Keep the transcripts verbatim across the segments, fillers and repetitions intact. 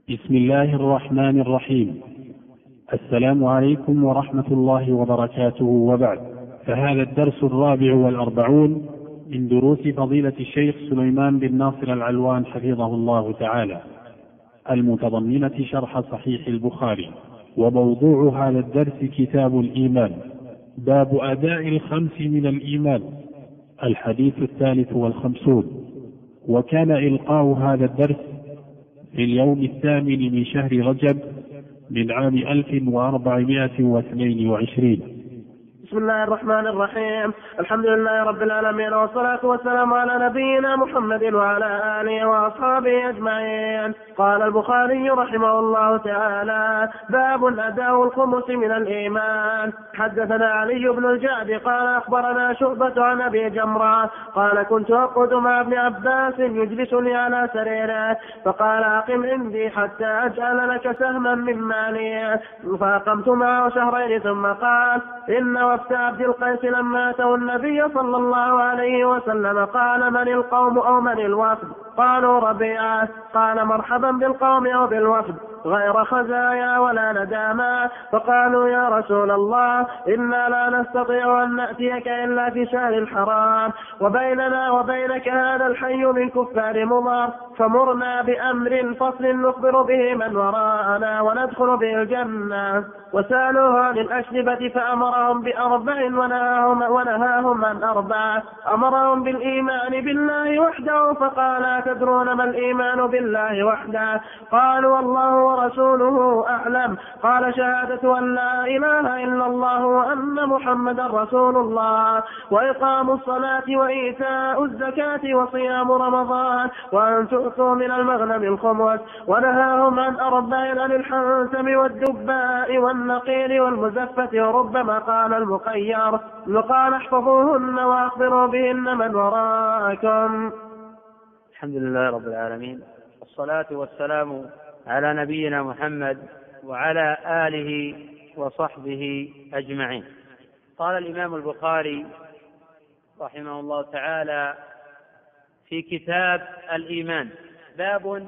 بسم الله الرحمن الرحيم. السلام عليكم ورحمة الله وبركاته، وبعد، فهذا الدرس الرابع والأربعون من دروس فضيلة الشيخ سليمان بن ناصر العلوان حفظه الله تعالى، المتضمنة شرح صحيح البخاري. وموضوع هذا الدرس كتاب الإيمان، باب أداء الخمس من الإيمان، الحديث الثالث والخمسون. وكان إلقاء هذا الدرس في اليوم الثامن من شهر رجب من عام ألف وأربعمائة واثنين وعشرين. بسم الله الرحمن الرحيم. الحمد لله رب العالمين، والصلاة والسلام على نبينا محمد وعلى آله وأصحابه أجمعين. قال البخاري رحمه الله تعالى: باب أداء الخمس من الإيمان. حدثنا علي بن الجعد قال أخبرنا شعبة عن أبي جمرة قال: كنت أقعد مع ابن عباس يجلسني على سريره فقال: أقم عندي حتى أجعل لك سهما من مالي، فأقمت معه شهرين ثم قال: إن وفد عبد القيس لما أتوا النبي صلى الله عليه وسلم قال: من القوم أو من الوفد؟ قالوا: ربيعة. قال: مرحبا بالقوم أو بالوفد، غير خزايا ولا نداما. فقالوا: يا رسول الله، إنا لا نستطيع أن نأتيك إلا في شهر الحرام، وبيننا وبينك هذا الحي من كفار مضر، فمرنا بأمر فصل نخبر به من وراءنا وندخل به الجنة. وسألوه عن الأشربة فأمرهم بأربع ونهاهم, ونهاهم عن أربع. أمرهم بالإيمان بالله وحده فقال: تدرون ما الإيمان بالله وحده؟ قالوا: الله ورسوله أعلم. قال: شهادة أن لا إله إلا الله وأن محمد رسول الله، وإقام الصلاة وإيتاء الزكاة وصيام رمضان، وأن تؤتوا من المغنم الخمس. ونهاهم عن أربع: عن الحنتم والدباء والنقير والمزفة، وربما قال المقير. وقال: احفظوهن وأخبروا بهن من وراءكم. الحمد لله رب العالمين، والصلاة والسلام على نبينا محمد وعلى آله وصحبه أجمعين. قال الإمام البخاري رحمه الله تعالى في كتاب الإيمان: باب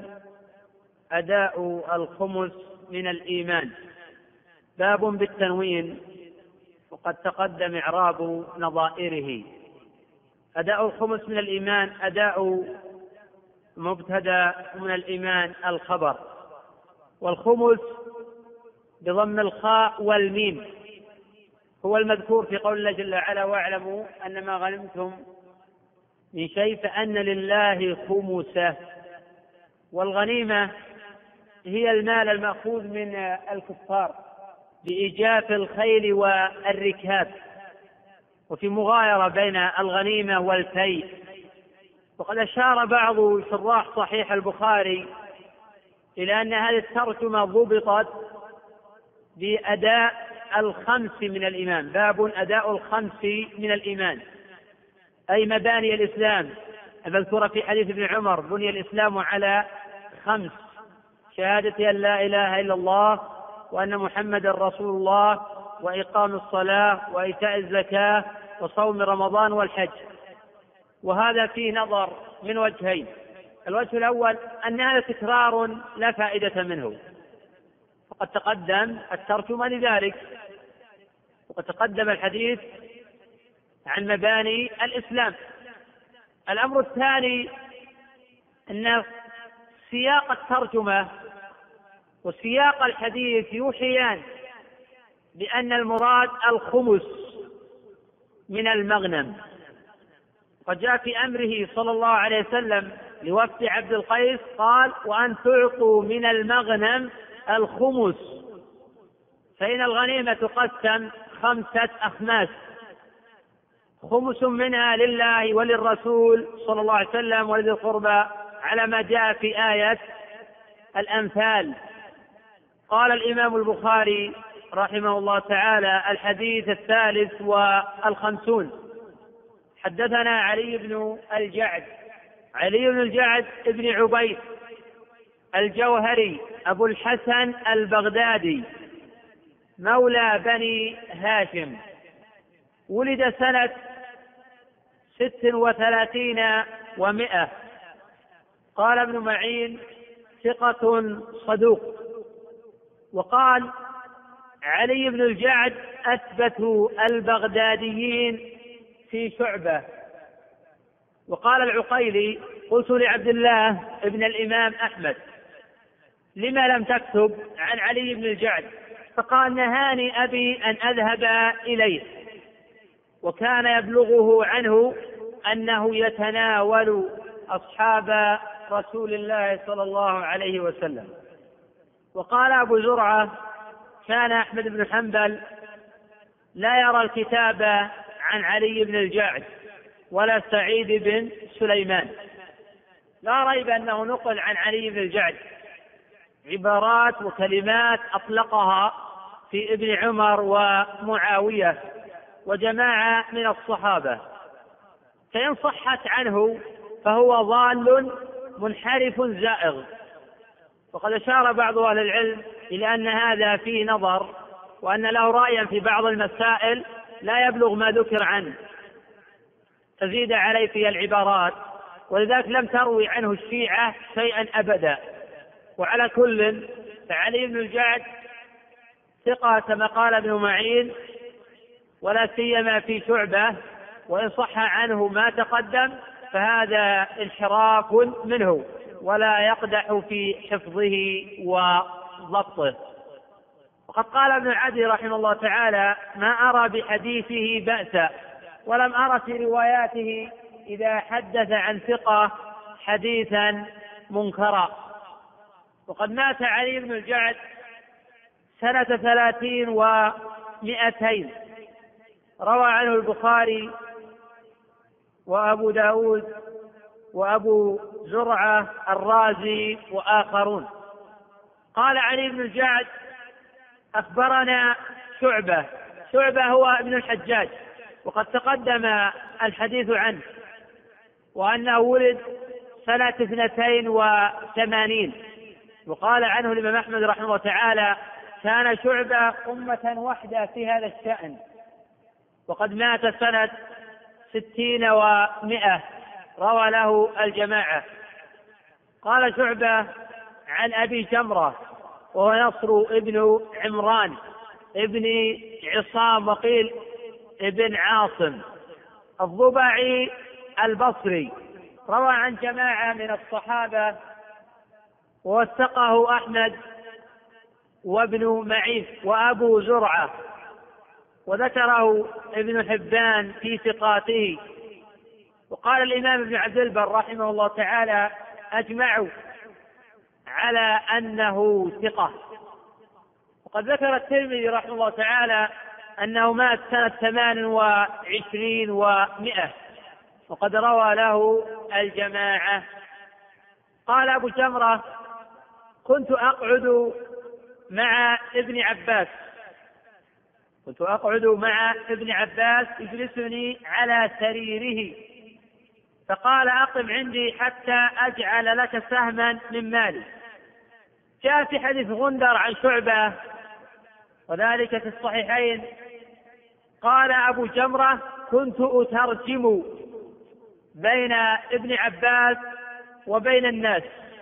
أداء الخمس من الإيمان. باب بالتنوين، وقد تقدم إعراب نظائره. أداء الخمس من الإيمان، أداء مبتدأ من الإيمان الخبر، والخمس بضم الخاء والميم هو المذكور في قول الله جل وعلا: واعلموا أن ما غنمتم من شيء فأن لله خمسه. والغنيمة هي المال المأخوذ من الكفار بإيجاف الخيل والركاب، وفي مغايرة بين الغنيمة والفيء. وقد أشار بعض شراح صحيح البخاري إلى أن هذه الترجمة ضبطت بأداء الخمس من الإيمان. باب أداء الخمس من الإيمان، أي مباني الإسلام المذكورة في حديث ابن عمر: بني الإسلام على خمس: شهادة أن لا إله إلا الله وأن محمد رسول الله، وإقام الصلاة، وإيتاء الزكاة، وصوم رمضان، والحج. وهذا فيه نظر من وجهين: الوجه الأول أن هذا تكرار لا فائدة منه، وقد تقدم الترجمة لذلك، وقد تقدم الحديث عن مباني الإسلام. الأمر الثاني أن سياق الترجمة وسياق الحديث يوحيان بأن المراد الخمس من المغنم. قد جاء في أمره صلى الله عليه وسلم لوفد عبد القيس قال: وأن تعطوا من المغنم الخمس. فإن الغنيمة تقسم خمسة أخماس: خمس منها لله وللرسول صلى الله عليه وسلم ولذي القربى، على ما جاء في آية الأنفال. قال الإمام البخاري رحمه الله تعالى: الحديث الثالث والخمسون. حدثنا علي بن الجعد علي بن الجعد ابن عبيد الجوهري أبو الحسن البغدادي، مولى بني هاشم، ولد سنة ست وثلاثين ومئة. قال ابن معين: ثقة صدوق. وقال علي بن الجعد أثبت البغداديين في شعبة. وقال العقيلي قلت لعبد الله ابن الإمام أحمد لما لم تكتب عن علي بن الجعد؟ فقال نهاني أبي أن أذهب إليه، وكان يبلغه عنه أنه يتناول أصحاب رسول الله صلى الله عليه وسلم. وقال أبو زرعة كان أحمد بن حنبل لا يرى الكتاب عن علي بن الجعد ولا سعيد بن سليمان. لا ريب أنه نقل عن علي بن الجعد عبارات وكلمات أطلقها في ابن عمر ومعاوية وجماعة من الصحابة، فإن صحت عنه فهو ضال منحرف زائغ. وقد أشار بعض أهل العلم إلى أن هذا فيه نظر، وأن له رأيا في بعض المسائل لا يبلغ ما ذكر عنه، تزيد عليه في العبارات، ولذلك لم تروي عنه الشيعة شيئا أبدا. وعلى كل فعلي بن الجعد ثقة كما قال ابن معين، ولا سيما في شعبة، وإن صح عنه ما تقدم فهذا انحراف منه ولا يقدح في حفظه وضبطه. وقد قال ابن العدي رحمه الله تعالى ما أرى بحديثه بأسا، ولم أرى في رواياته إذا حدث عن ثقة حديثا منكرا. وقد مات علي بن الجعد سنة ثلاثين ومئتين، روى عنه البخاري وأبو داود وأبو زرعة الرازي وآخرون. قال علي بن الجعد أخبرنا شعبة. شعبة هو ابن الحجاج، وقد تقدم الحديث عنه، وأنه ولد سنة اثنتين وثمانين. وقال عنه الإمام أحمد رحمه الله تعالى كان شعبة أمة وحدة في هذا الشأن، وقد مات سنة ستين ومئة، روى له الجماعة. قال شعبة عن أبي جمرة وهو نصر ابن عمران ابن عصام، وقيل ابن عاصم الضبعي البصري، روى عن جماعة من الصحابة، ووثقه أحمد وابن معين وأبو زرعة، وذكره ابن حبان في ثقاته. وقال الإمام ابن عبد البر رحمه الله تعالى أجمعوا على أنه ثقة. وقد ذكر الترمذي رحمه الله تعالى أنه مات سنة ثمان وعشرين ومئة، وقد روى له الجماعة. قال أبو جمرة كنت أقعد مع ابن عباس كنت أقعد مع ابن عباس يجلسني على سريره، فقال أقم عندي حتى أجعل لك سهما من مالي. جاء في حديث غندر عن شعبة وذلك في الصحيحين، قال أبو جمرة كنت أترجم بين ابن عباس وبين الناس،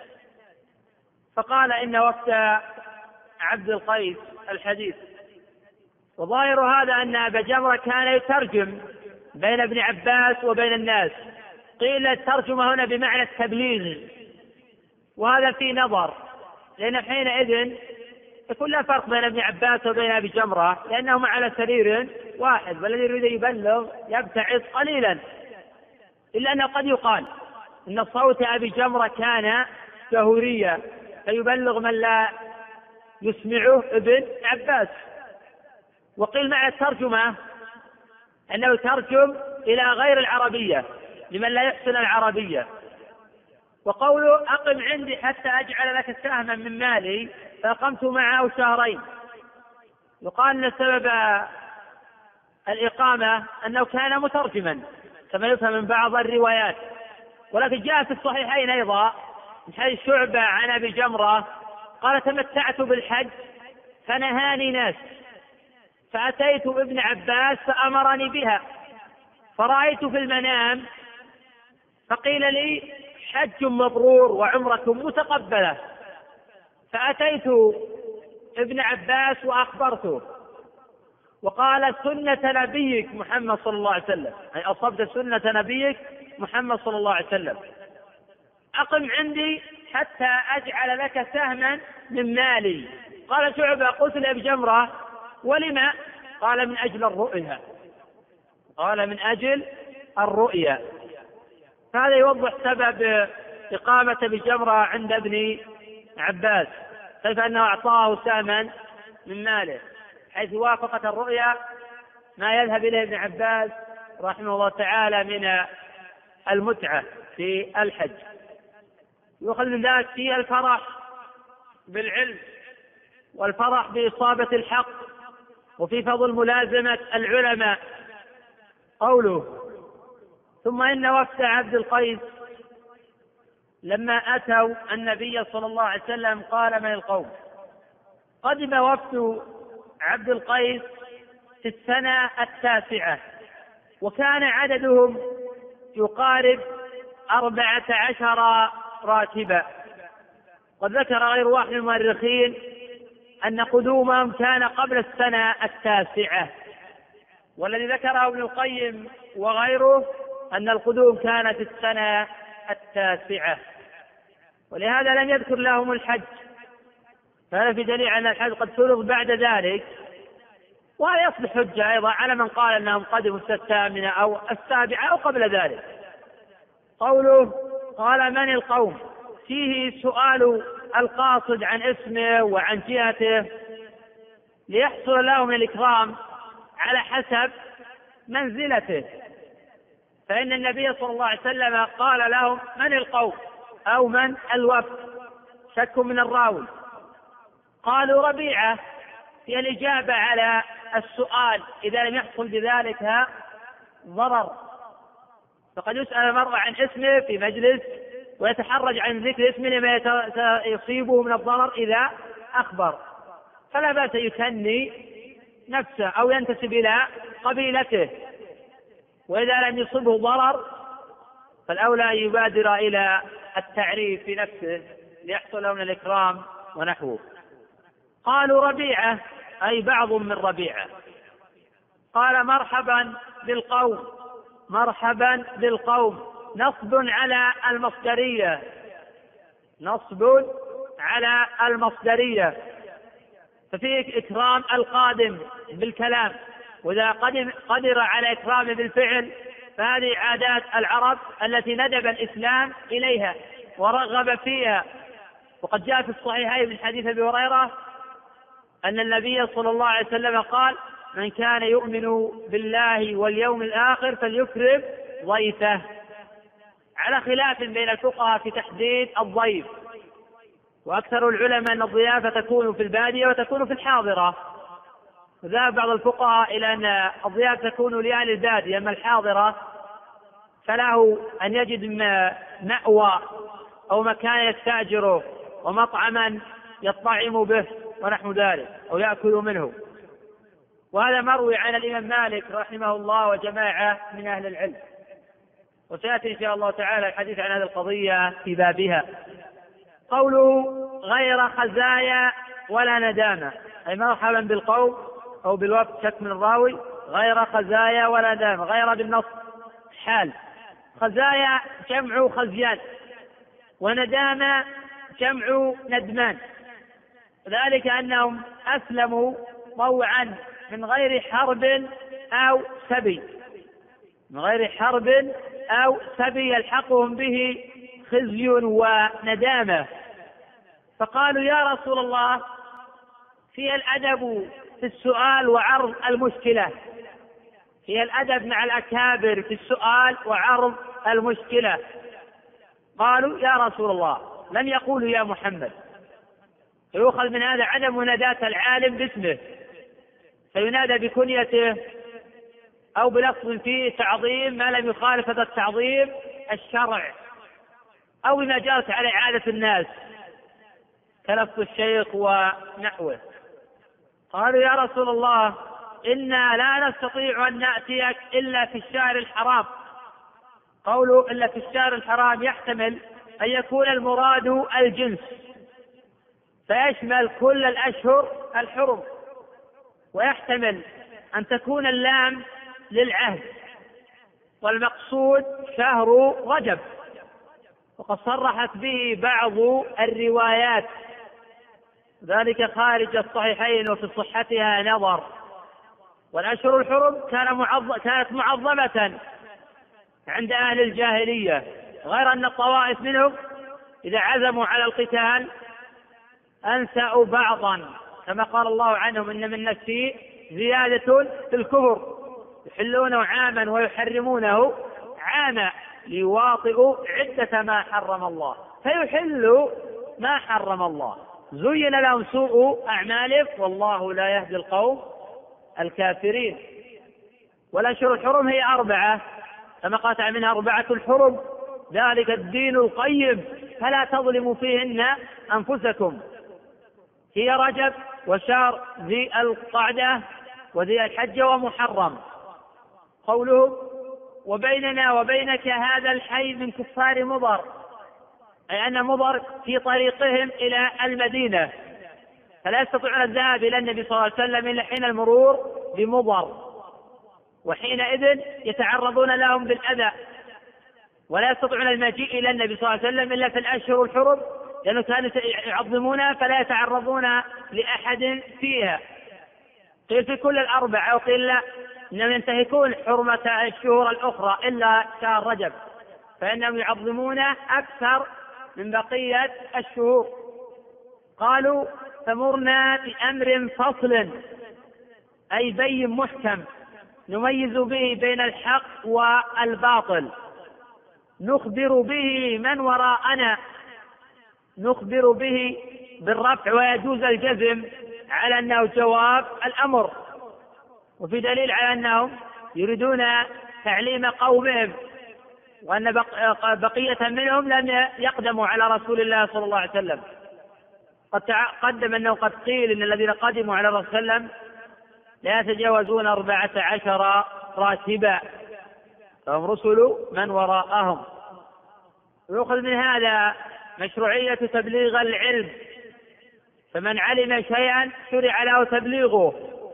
فقال إن وقت عبد القيس الحديث. وظاهر هذا أن أبا جمرة كان يترجم بين ابن عباس وبين الناس. قيل الترجمة هنا بمعنى التبليغ، وهذا في نظر، لأن حينئذ يكون لا فرق بين ابن عباس وبين أبي جمرة، لأنهما على سرير واحد، والذي يريد يبلغ يبتعد قليلا. إلا أنه قد يقال إن صوت أبي جمرة كان جهوريا فيبلغ من لا يسمعه ابن عباس. وقيل مع الترجمة أنه ترجم إلى غير العربية لمن لا يحسن العربية. وقوله أقم عندي حتى أجعل لك سهما من مالي، فأقمت معه شهرين. يقال أن سبب الإقامة أنه كان مترجما كما يفهم من بعض الروايات، ولكن جاء في الصحيحين أيضا من حديث شعبة عن أبي جمرة قال تمتعت بالحج فنهاني ناس، فأتيت ابن عباس فأمرني بها، فرأيت في المنام فقيل لي حج مبرور وعمرة متقبلة، فأتيت ابن عباس وأخبرته وقال سنة نبيك محمد صلى الله عليه وسلم، أي أصبت سنة نبيك محمد صلى الله عليه وسلم، أقم عندي حتى أجعل لك سهما من مالي. قال شعبة قلت لأبي جمرة ولما؟ قال من أجل الرؤيا، قال من أجل الرؤيا. هذا يوضح سبب إقامة أبي جمرة عند ابن عباس، كيف أنه أعطاه سهما من ماله حيث وافقت الرؤيا ما يذهب إليه ابن عباس رحمه الله تعالى من المتعة في الحج. يؤخذ من ذلك فيه الفرح بالعلم والفرح بإصابة الحق، وفي فضل ملازمة العلماء. قوله ثم إن وفد عبد القيس لما أتوا النبي صلى الله عليه وسلم قال من القوم؟ قدم وفد عبد القيس في السنة التاسعة، وكان عددهم يقارب أربعة عشر راكبا. قد ذكر غير واحد من المؤرخين أن قدومهم كان قبل السنة التاسعة، والذي ذكره ابن القيم وغيره أن القدوم كان في السنة التاسعة، ولهذا لم يذكر لهم الحج، فهذا في دليل أن الحج قد فرض بعد ذلك، وهذا يصبح حجة أيضا على من قال أنهم قدموا السنة الثامنة أو السابعة أو قبل ذلك. قوله قال من القوم فيه سؤال القاصد عن اسمه وعن جهته ليحصل له من الإكرام على حسب منزلته، فإن النبي صلى الله عليه وسلم قال لهم من القوم أو من الوفد، شك من الراوي. قالوا ربيعة، هي الإجابة على السؤال إذا لم يحصل بذلك ضرر، فقد يسأل المرء عن اسمه في مجلس ويتحرج عن ذكر اسمه لما يصيبه من الضرر إذا أخبر، فلا بأس يثني نفسه أو ينتسب إلى قبيلته، وإذا لم يصبه ضرر فالأولى يبادر إلى التعريف في نفسه ليحصل له من الإكرام ونحوه. قالوا ربيعة، أي بعض من ربيعة. قال مرحبا بالقوم، مرحبا بالقوم نصب على المصدرية، نصب على المصدرية، ففيه إكرام القادم بالكلام، وإذا قدم قدر على إكرام بالفعل فهذه عادات العرب التي ندب الإسلام إليها ورغب فيها. وقد جاء في الصحيحين من حديث أبي هريرة أن النبي صلى الله عليه وسلم قال من كان يؤمن بالله واليوم الآخر فليكرم ضيفه، على خلاف بين الفقهاء في تحديد الضيف، وأكثر العلماء أن الضيافة تكون في البادية وتكون في الحاضرة، وذهب بعض الفقهاء إلى أن الضيافة تكون لأهل البادية، أما الحاضرة فله أن يجد مأوى أو مكان يستأجره ومطعما يطعم به ونحو ذلك أو يأكل منه. وهذا مروي عن الإمام مالك رحمه الله وجماعة من أهل العلم، وسيأتي إن شاء الله تعالى الحديث عن هذه القضية في بابها. قوله غير خزايا ولا ندامة، أي مرحبا بالقوم أو بالوفد، شك من الراوي، غير خزايا ولا ندامة، غير بالنص حال. خزايا جمع خزيان، وندامة جمع ندمان، ذلك أنهم أسلموا طوعا من غير حرب أو سبي، من غير حرب أو سبي يلحقهم به خزي وندامة، فقالوا يا رسول الله في الأدب في السؤال وعرض المشكلة، هي الأدب مع الأكابر في السؤال وعرض المشكلة. قالوا يا رسول الله، لم يقولوا يا محمد، فيؤخذ من هذا عدم مناداة العالم باسمه، فينادى بكنيته أو بلفظ فيه تعظيم ما لم يخالف هذا التعظيم الشرع، أو بما جرت على عادة الناس كلفظ الشيخ ونحوه. قالوا يا رسول الله إنا لا نستطيع أن نأتيك إلا في الشهر الحرام. قولوا إلا في الشهر الحرام يحتمل أن يكون المراد الجنس، فيشمل كل الأشهر الحرم، ويحتمل أن تكون اللام للعهد، والمقصود شهر رجب، وقد صرحت به بعض الروايات، ذلك خارج الصحيحين وفي صحتها نظر. والأشهر الحرم كان معظم كانت معظمة عند أهل الجاهلية، غير أن الطوائف منهم إذا عزموا على القتال أنسأوا بعضا، كما قال الله عنهم: إن من النسيء زيادة في الكفر، يحلونه عاما ويحرمونه عاما ليواطئوا عدة ما حرم الله، فيحلوا ما حرم الله. زين لهم سوء أعمالهم والله لا يهدي القوم الكافرين. والأشهر الحرم هي أربعة، كما قال منها أربعة الحرم ذلك الدين القيم فلا تظلموا فيهن أنفسكم، هي رجب وشهر ذي القعدة وذي الحجة ومحرم. قوله: وبيننا وبينك هذا الحي من كفار مضر، أي أن مضر في طريقهم إلى المدينة، فلا يستطيعون الذهاب إلى النبي صلى الله عليه وسلم إلا حين المرور بمضر، وحينئذ يتعرضون لهم بالأذى، ولا يستطيعون المجيء إلى النبي صلى الله عليه وسلم إلا في الأشهر الحرم، لأنه كانوا يعظمونها فلا يتعرضون لأحد فيها. قيل في كل الأربعة، وقيل لا، إنهم ينتهكون حرمة الشهور الأخرى إلا شهر رجب، فإنهم يعظمونه أكثر من بقية الشهور. قالوا: فمرنا بأمر فصل، أي بين محكم، نميز به بين الحق والباطل، نخبر به من وراءنا، نخبر به بالرفع ويجوز الجزم على أنه جواب الأمر، وفي دليل على أنهم يريدون تعليم قومهم، وأن بقية منهم لم يقدموا على رسول الله صلى الله عليه وسلم. قد قدم أنه قد قيل إن الذين قدموا على الرسول صلى الله عليه وسلم لا يتجاوزون أربعة عشر راتبا، فهم رسل من وراءهم. ويؤخذ من هذا مشروعية تبليغ العلم، فمن علم شيئا شرع له تبليغه،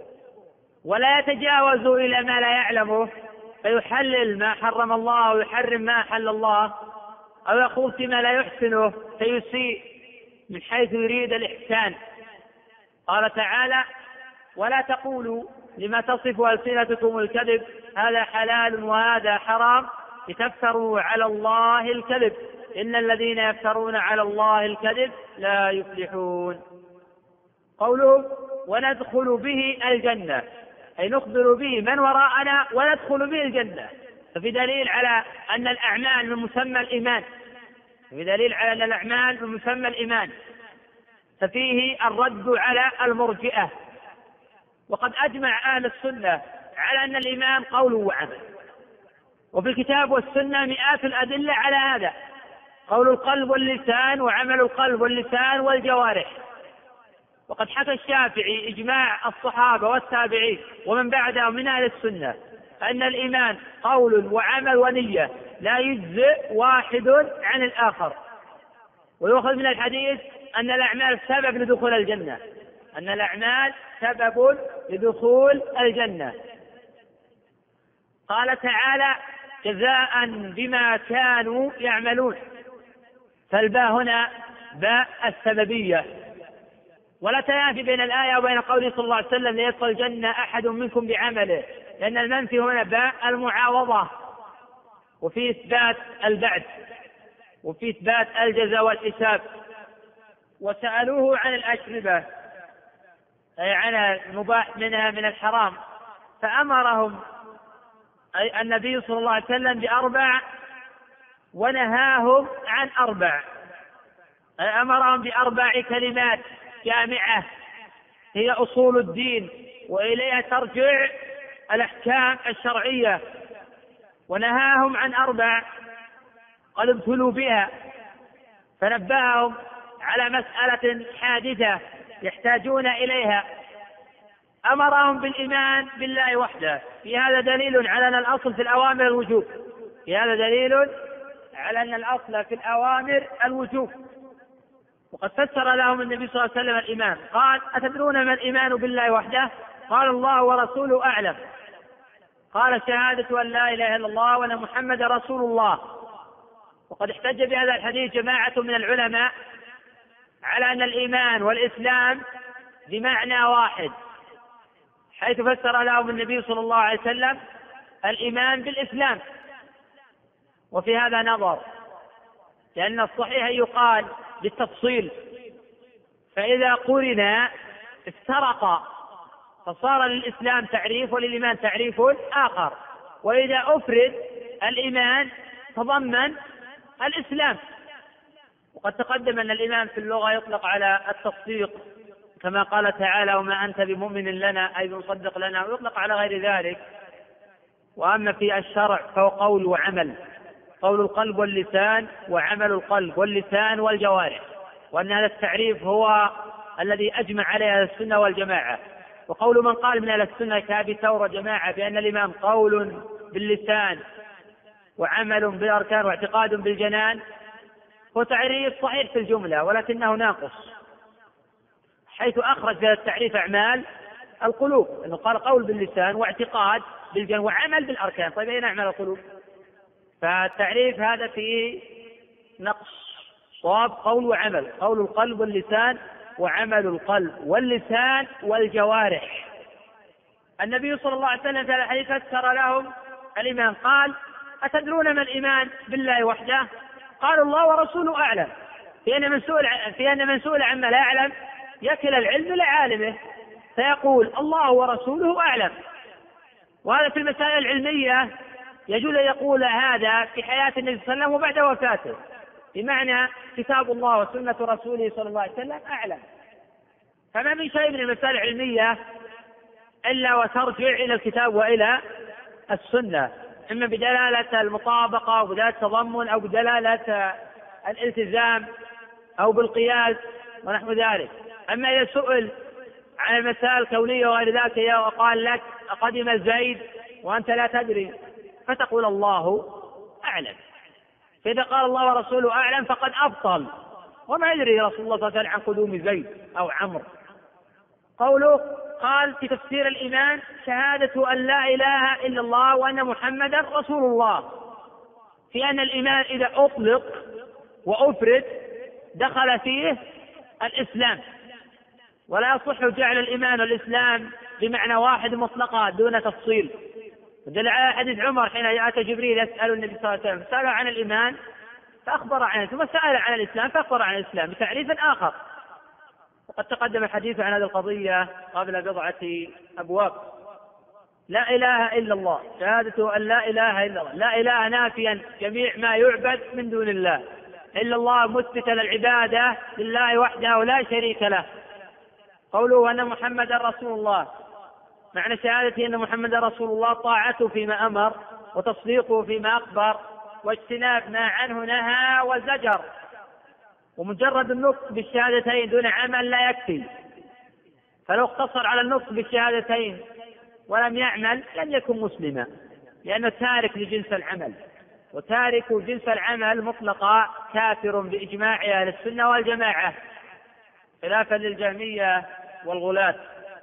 ولا يتجاوز إلى ما لا يعلمه فيحلل ما حرم الله ويحرم ما أحل الله، أو يخوض فيما لا يحسنه فيسيء من حيث يريد الإحسان. قال تعالى: ولا تقولوا لما تصف ألسنتكم الكذب هذا حلال وهذا حرام لتفتروا على الله الكذب إن الذين يفترون على الله الكذب لا يفلحون. قوله: وندخل به الجنة، أي نخبر به من وراءنا وندخل به الجنة، ففي دليل على أن الأعمال من مسمى الإيمان، في دليل على أن الأعمال من مسمى الإيمان، ففيه الرد على المرجئة. وقد أجمع أهل السنة على أن الإيمان قول وعمل، وفي الكتاب والسنة مئات الأدلة على هذا، قول القلب واللسان وعمل القلب واللسان والجوارح. وقد حكى الشافعي إجماع الصحابة والتابعين ومن بعدهم من أهل السنة أن الإيمان قول وعمل ونية، لا يجزئ واحد عن الآخر. ويؤخذ من الحديث أن الأعمال سبب لدخول الجنة، أن الأعمال سبب لدخول الجنة. قال تعالى: جزاء بما كانوا يعملون، فالباء هنا باء السببية، ولا تنافي بين الآية وبين قوله صلى الله عليه وسلم: ليدخل الجنة أحد منكم بعمله، لأن المنفي هنا باء المعاوضة، وفي إثبات البعث، وفي إثبات الجزاء والحساب. وسألوه عن الأشربة، أي عن المباح منها من الحرام، فأمرهم أي النبي صلى الله عليه وسلم بأربع ونهاهم عن أربع، أي أمرهم بأربع كلمات جامعة هي أصول الدين وإليها ترجع الأحكام الشرعية، ونهاهم عن أربع قد ابتلوا بها، فنبههم على مسألة حادثة يحتاجون إليها. أمرهم بالإيمان بالله وحده، في هذا دليل على أن الأصل في الأوامر الوجوب، في هذا دليل على أن الأصل في الأوامر الوجوب. وقد فسر لهم النبي صلى الله عليه وسلم الإيمان، قال: أتدرون ما الإيمان بالله وحده؟ قال: الله ورسوله أعلم. قال: شهادة أن لا إله إلا الله وأن محمد رسول الله. وقد احتج بهذا الحديث جماعة من العلماء على أن الإيمان والإسلام بمعنى واحد، حيث فسر لهم النبي صلى الله عليه وسلم الإيمان بالإسلام. وفي هذا نظر، لأن الصحيح يقال بالتفصيل، فإذا قرن افترق، فصار للإسلام تعريف وللإيمان تعريف آخر، وإذا أفرد الإيمان تضمن الإسلام. وقد تقدم أن الإيمان في اللغة يطلق على التصديق، كما قال تعالى: وما أنت بمؤمن لنا أي بمصدق لنا، ويطلق على غير ذلك. وأما في الشرع فهو قول وعمل، قول القلب واللسان، وعمل القلب واللسان والجوارح، وأن هذا التعريف هو الذي أجمع عليه أهل السنة والجماعة. وقول من قال من أهل السنة كأبي ثور جماعة بأن الإيمان قول باللسان وعمل بالأركان واعتقاد بالجنان هو تعريف صحيح في الجملة، ولكنه ناقص، حيث أخرج هذا التعريف أعمال القلوب، أنه قال قول باللسان واعتقاد بالجنان وعمل بالأركان. طيب أين أعمال القلوب؟ فالتعريف هذا فيه نقص. صواب قول وعمل، قول القلب واللسان وعمل القلب واللسان والجوارح. النبي صلى الله عليه وسلم في الحديث فسر لهم الإيمان، قال: أتدرون ما الإيمان بالله وحده؟ قالوا: الله ورسوله أعلم. في أن من سئل في أن من سئل عما لا يعلم يكل العلم لعالمه، فيقول: الله ورسوله أعلم. وهذا في المسائل العلمية يجوز أن يقول هذا في حياة النبي صلى الله عليه وسلم وبعد وفاته، بمعنى كتاب الله وسنة رسوله صلى الله عليه وسلم أعلم. فما من شيء من المسائل العلمية إلا وترجع إلى الكتاب وإلى السنة، إما بدلالة المطابقة أو بدلالة التضمن أو بدلالة الالتزام أو بالقياس ونحو ذلك. أما إذا سئل عن المسائل الكونية وغير ذلك وقال لك: أقدم زيد وأنت لا تدري، فتقول: الله أعلم. فإذا قال الله ورسوله أعلم فقد أبطل، وما يدري رسول الله صلى الله عليه وسلم عن قدوم زيد أو عمرو. قوله قال في تفسير الإيمان: شهادة أن لا إله إلا الله وأن محمدا رسول الله، في أن الإيمان إذا أطلق وأفرد دخل فيه الإسلام، ولا يصح جعل الإيمان والإسلام بمعنى واحد مطلقا دون تفصيل. ودل على حديث عمر حين أتى جبريل يسأل النبي صلى الله عليه وسلم، سأل عن الإيمان فأخبر عنه، ثم سأل عن الإسلام فأخبر عن الإسلام بتعريف آخر. وقد تقدم الحديث عن هذه القضية قبل بضعة أبواب. لا إله إلا الله، شهادة أن لا إله إلا الله، لا إله نافيا جميع ما يعبد من دون الله، إلا الله مثبتا العبادة لله وحده لا شريك له. قوله أن محمد رسول الله، معنى شهادته أن محمد رسول الله طاعته فيما أمر وتصديقه فيما أخبر واجتناب ما عنه نهى وزجر. ومجرد النطق بالشهادتين دون عمل لا يكفي، فلو اقتصر على النطق بالشهادتين ولم يعمل لم يكن مسلما، لأنه تارك لجنس العمل، وتارك جنس العمل مطلقا كافر بإجماع أهل السنة والجماعة، خلافا للجهمية والغلاة.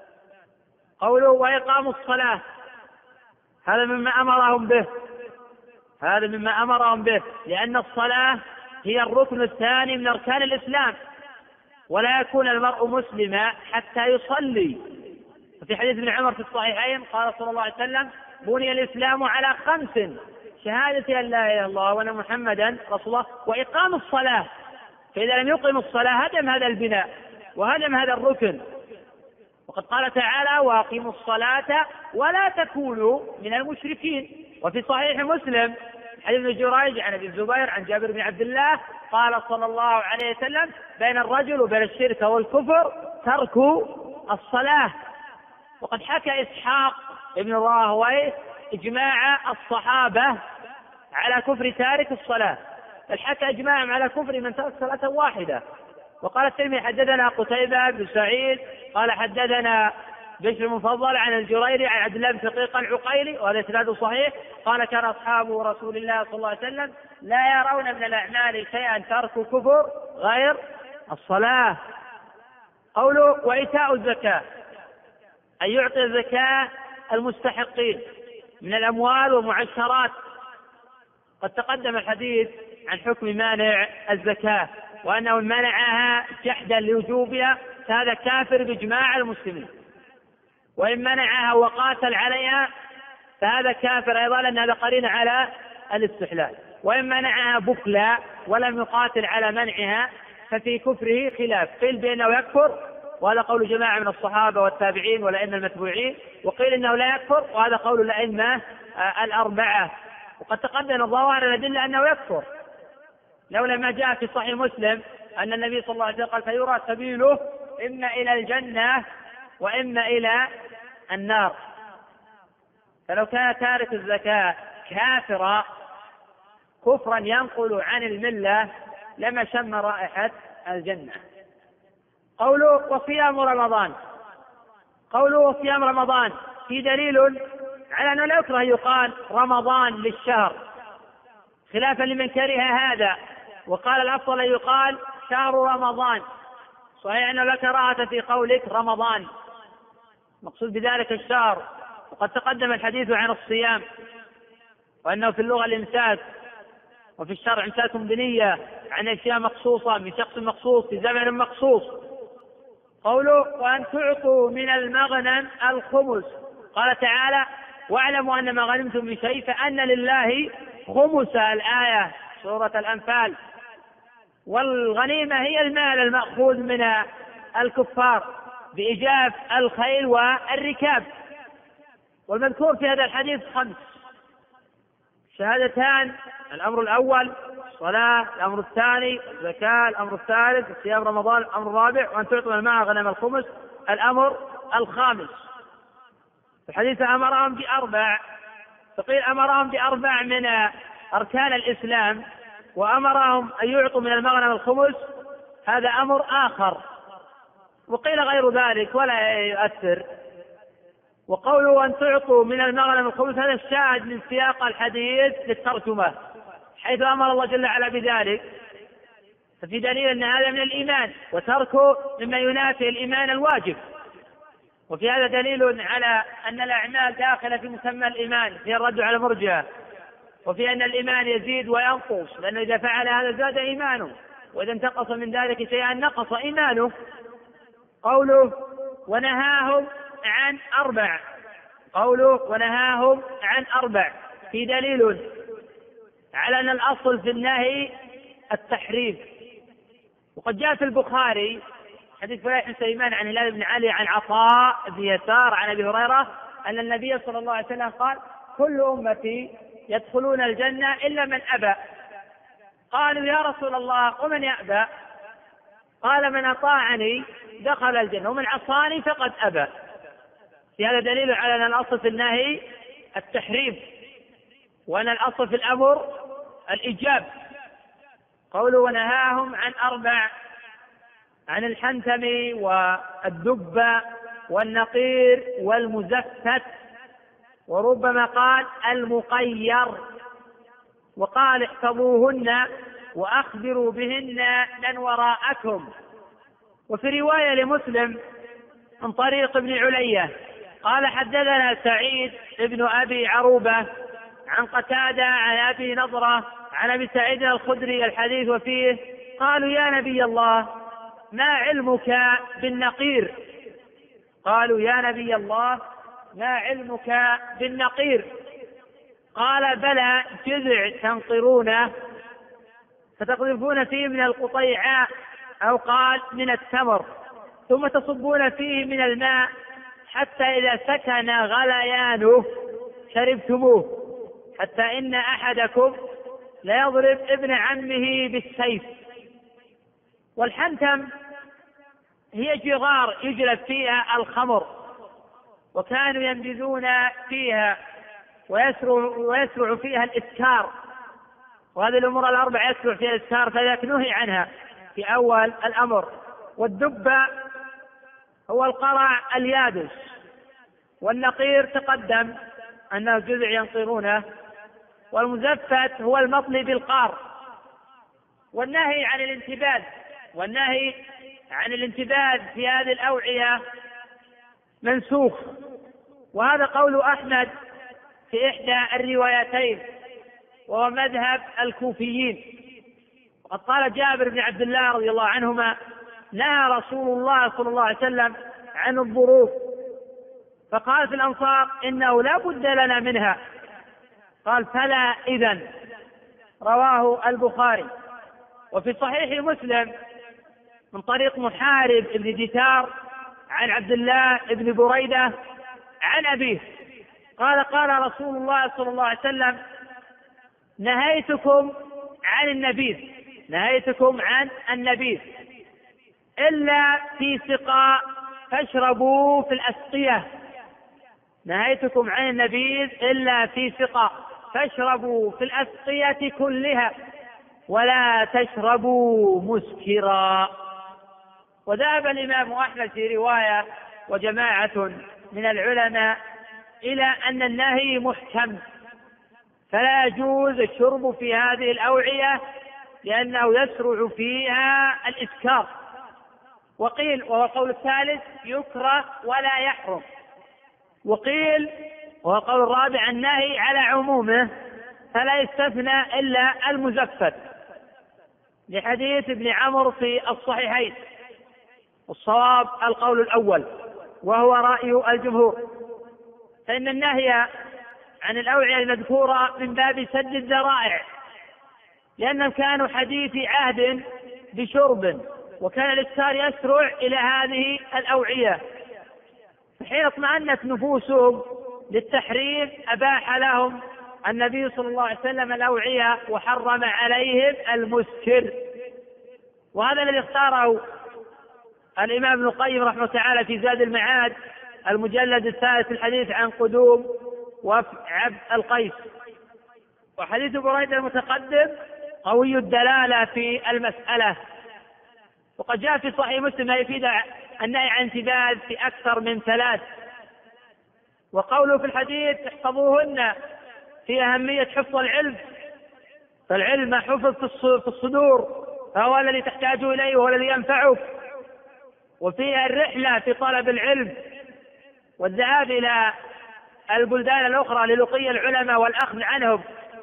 قوله وإقام الصلاة، هذا مما أمرهم به، هذا مما أمرهم به لأن الصلاة هي الركن الثاني من أركان الإسلام، ولا يكون المرء مسلما حتى يصلي. وفي حديث ابن عمر في الصحيحين قال صلى الله عليه وسلم: بني الإسلام على خمس: شهادة أن لا إله إلا الله وأن محمدا رسول الله وإقام الصلاة. فإذا لم يقم الصلاة هدم هذا البناء وهدم هذا الركن. وقد قال تعالى: وأقيموا الصلاة ولا تكونوا من المشركين. وفي صحيح مسلم حديث ابن جريج عن ابي الزبير عن جابر بن عبد الله قال صلى الله عليه وسلم: بين الرجل وبين الشرك والكفر ترك الصلاة. وقد حكى إسحاق ابن راهويه إجماع الصحابة على كفر تارك الصلاة، بل حكى إجماعهم على كفر من ترك صلاة واحدة. وقال الترمذي: حدثنا قتيبة بن سعيد قال حدثنا بشر المفضل عن الجريري عن عبد الله بن شقيق العقيلي، وهذا إسناده صحيح، قال: كان أصحاب رسول الله صلى الله عليه وسلم لا يرون من الأعمال شيئا ترك كفر غير الصلاة. قوله وإيتاء الزكاة أن يعطي الزكاة المستحقين من الأموال والمعشرات. قد تقدم الحديث عن حكم مانع الزكاة وأنه منعها جحدا لوجوبها فهذا كافر بإجماع المسلمين، وإن منعها وقاتل عليها فهذا كافر أيضا لأن هذا قرين على الاستحلال، وإن منعها بخلا ولم يقاتل على منعها ففي كفره خلاف، قيل بأنه يكفر وهذا قول جماعة من الصحابة والتابعين والأئمة المتبوعين، وقيل إنه لا يكفر وهذا قول الأئمة الأربعة. وقد تقدم ظواهر الأدلة أنه يكفر لولا ما جاء في صحيح مسلم أن النبي صلى الله عليه وسلم قال فيرى سبيله إما إلى الجنة وإما إلى النار. فلو كان تارك الزكاة كافرا كفرا ينقل عن الملة لما شم رائحة الجنة. قوله وصيام رمضان، قوله وصيام رمضان في دليل على أنه لا يكره يقال رمضان للشهر خلافا لمن كره هذا وقال الأفضل يقال شهر رمضان. صحيح أنه لا كراهة في قولك رمضان، مقصود بذلك الشهر، وقد تقدم الحديث عن الصيام وأنه في اللغة الإمساك وفي الشرع إمساك بنية عن أشياء مخصوصة من شخص مخصوص في زمن مخصوص. قوله وأن تعطوا من المغنم الخمس، قال تعالى واعلموا أن ما غنمتم من شيء فأن لله خمس، الآية سورة الأنفال. والغنيمة هي المال المأخوذ من الكفار بإجاف الخيل والركاب. والمذكور في هذا الحديث خمس: شهادتان الأمر الأول، الصلاة الأمر الثاني، الزكاة الأمر الثالث، صيام رمضان الأمر الرابع، وأن تعطوا الماء غنم الخمس الأمر الخامس. الحديث أمرهم بأربع، فقيل أمرهم بأربع من أركان الإسلام وأمرهم أن يعطوا من المغنم الخمس، هذا أمر آخر، وقيل غير ذلك ولا يؤثر. وقوله أن تعطوا من المغنم الخمس هذا الشاهد من سياق الحديث للترجمة حيث أمر الله جل وعلا بذلك، ففي دليل أن هذا من الإيمان وتركه مما ينافي الإيمان الواجب. وفي هذا دليل على أن الأعمال داخلة في مسمى الإيمان في الرد على المرجئة، وفي أن الإيمان يزيد وينقص لأنه إذا فعل هذا زاد إيمانه وإذا انتقص من ذلك شيئا نقص إيمانه. قوله ونهاهم عن أربع، قوله ونهاهم عن أربع في دليل على أن الأصل في النهي التحريم. وقد جاء في البخاري حديث فلاح بن سليمان عن هلال بن علي عن عطاء بن يسار عن أبي هريرة أن النبي صلى الله عليه وسلم قال كل أمتي يدخلون الجنة إلا من أبى. قالوا يا رسول الله ومن يأبى؟ قال من أطاعني دخل الجنة ومن عصاني فقد أبى. في هذا دليل على أن الأصل في النهي التحريم وأن الأصل في الأمر الإيجاب. قوله ونهاهم عن أربع، عن الحنتم والدب والنقير والمزفت، وربما قال المقير، وقال احفظوهن وأخبروا بهن من وراءكم. وفي رواية لمسلم من طريق ابن علية قال حدثنا سعيد ابن أبي عروبة عن قتادة عن أبي نضرة عن أبي سعيد الخدري الحديث وفيه قالوا يا نبي الله ما علمك بالنقير؟ قالوا يا نبي الله ما علمك بالنقير؟ قال بلى جذع تنقرونه فتقذفون فيه من القطيعاء أو قال من التمر ثم تصبون فيه من الماء حتى إذا سكن غليانه شربتموه حتى إن أحدكم ليضرب ابن عمه بالسيف. والحنتم هي جغار يجلب فيها الخمر وكانوا ينبذون فيها ويسرع, ويسرع فيها الإسكار، وهذه الأمور الأربعة يسرع فيها الإسكار فذاك نهي عنها في أول الأمر. والدب هو القرع اليابس، والنقير تقدم أنه جذع ينقرونه، والمزفت هو المطلي بالقار. والنهي عن الانتباذ والنهي عن الانتباذ في هذه الأوعية منسوخ، وهذا قول أحمد في إحدى الروايتين وهو مذهب الكوفيين. وقد قال جابر بن عبد الله رضي الله عنهما: نهى رسول الله صلى الله عليه وسلم عن الظروف، فقال في الأنصار: إنه لا بد لنا منها، قال: فلا إذن. رواه البخاري. وفي صحيح مسلم من طريق محارب بن دثار عن عبد الله بن بريدة عن أبيه قال: قال رسول الله صلى الله عليه وسلم: نهيتكم عن النبيذ نهيتكم عن النبيذ إلا في سقاء فاشربوا في الأسقية نهيتكم عن النبيذ إلا في سقاء فاشربوا في الأسقية كلها ولا تشربوا مسكرا. وذهب الإمام أحمد في رواية وجماعة من العلماء إلى أن النهي محكم، فلا يجوز الشرب في هذه الأوعية لأنه يسرع فيها الإسكار. وقيل، وهو القول الثالث، يكره ولا يحرم. وقيل، وهو القول الرابع، النهي على عمومه فلا يستثنى إلا المزفت، لحديث ابن عمرو في الصحيحين. والصواب القول الأول وهو رأي الجمهور، فإن النهي عن الأوعية المذكورة من باب سد الذرائع، لأنهم كانوا حديث عهد بشرب، وكان الإسكار يسرع إلى هذه الأوعية، فحين اطمأنت نفوسهم للتحريم أباح لهم النبي صلى الله عليه وسلم الأوعية وحرم عليهم المسكر. وهذا الذي اختاره الإمام ابن القيم رحمه الله تعالى في زاد المعاد المجلد الثالث الحديث عن قدوم وعبد القيس. وحديث بريدة المتقدم قوي الدلالة في المسألة، وقد جاء في صحيح مسلم ما يفيد النهي عن انتباذ في أكثر من ثلاث. وقوله في الحديث: احفظوهن، في أهمية حفظ العلم، فالعلم حفظ في الصدور، فهو الذي تحتاج إليه وهو الذي ينفعك. وفيها الرحلة في طلب العلم والذهاب إلى البلدان الأخرى للقي العلماء والأخذ عنهم.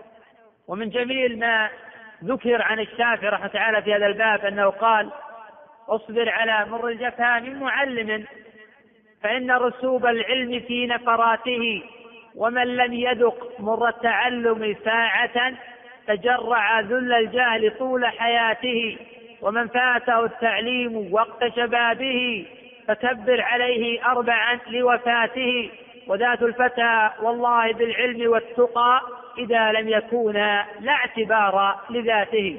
ومن جميل ما ذكر عن الشافعي رحمه تعالى في هذا الباب أنه قال: اصبر على مر الجفا من معلم، فإن رسوب العلم في نفراته، ومن لم يذق مر التعلم ساعة تجرع ذل الجهل طول حياته، ومن فاته التعليم وقت شبابه فكبر عليه أربعا لوفاته، وذات الفتى والله بالعلم والتقى إذا لم يكونا لا اعتبار لذاته.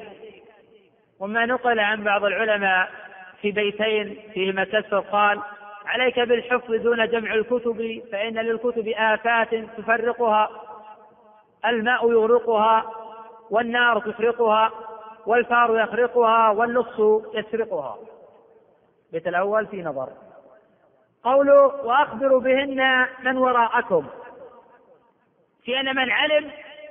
وما نقل عن بعض العلماء في بيتين فيهما كسر قال: عليك بالحفظ دون جمع الكتب، فإن للكتب آفات تفرقها، الماء يغرقها، والنار تفرقها، والفار يخرقها، واللص يسرقها. بيت الأول في نظر. قوله: وأخبروا بهن من وراءكم، في أن من علم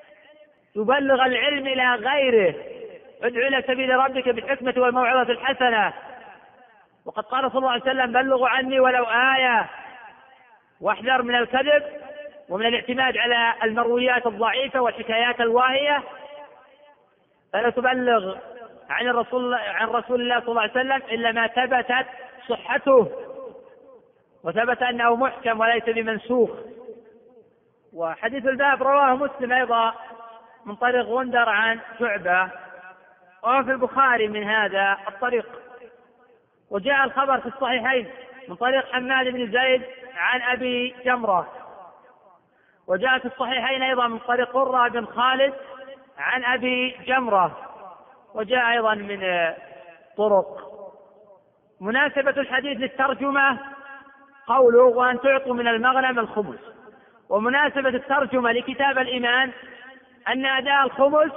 يبلغ العلم إلى غيره، ادعو إلى سبيل ربك بالحكمة والموعظة الحسنة. وقد قال صلى الله عليه وسلم: بلغوا عني ولو آية. واحذر من الكذب ومن الاعتماد على المرويات الضعيفة والحكايات الواهية، فلا تبلغ عن الرسول عن رسول الله صلى الله عليه وسلم إلا ما ثبتت صحته وثبت أنه محكم وليس بمنسوخ. وحديث الباب رواه مسلم أيضا من طريق غندر عن شعبة، وفي البخاري من هذا الطريق. وجاء الخبر في الصحيحين من طريق حماد بن زيد عن أبي جمرة، وجاء في الصحيحين أيضا من طريق قرة بن خالد عن أبي جمرة، وجاء أيضا من طرق. مناسبة الحديث للترجمة قوله: وأن تعطوا من المغنم الخمس. ومناسبة الترجمة لكتاب الإيمان أن أداء الخمس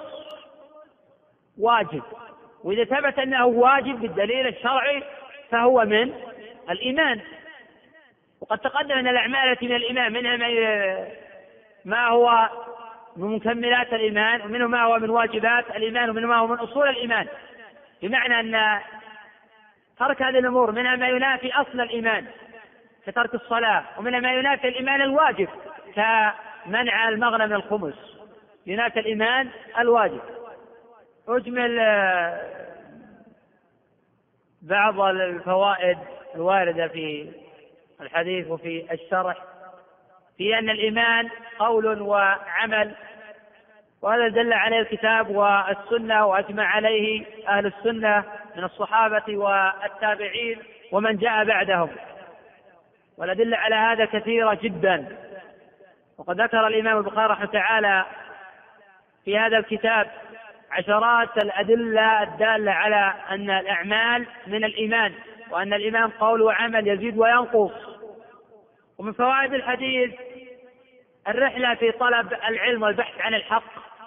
واجب، وإذا ثبت أنه واجب بالدليل الشرعي فهو من الإيمان. وقد تقدم أن الأعمال التي من الإيمان منها ما هو من مكملات الإيمان، ومنه ما هو من واجبات الإيمان، ومنه ما هو من أصول الإيمان، بمعنى أن ترك هذه الأمور منها ما ينافي أصل الإيمان كترك الصلاة، ومنها ما ينافي الإيمان الواجب كمنع المغنم الخمس، ينافي الإيمان الواجب. أجمل بعض الفوائد الواردة في الحديث وفي الشرح في أن الإيمان قول وعمل، وهذا دل عليه الكتاب والسنة، وأجمع عليه أهل السنة من الصحابة والتابعين ومن جاء بعدهم، والأدلة على هذا كثيرة جدا. وقد ذكر الإمام البخاري رحمه تعالى في هذا الكتاب عشرات الأدلة الدالة على أن الأعمال من الإيمان، وأن الإيمان قول وعمل يزيد وينقص. ومن فوائد الحديث الرحلة في طلب العلم والبحث عن الحق.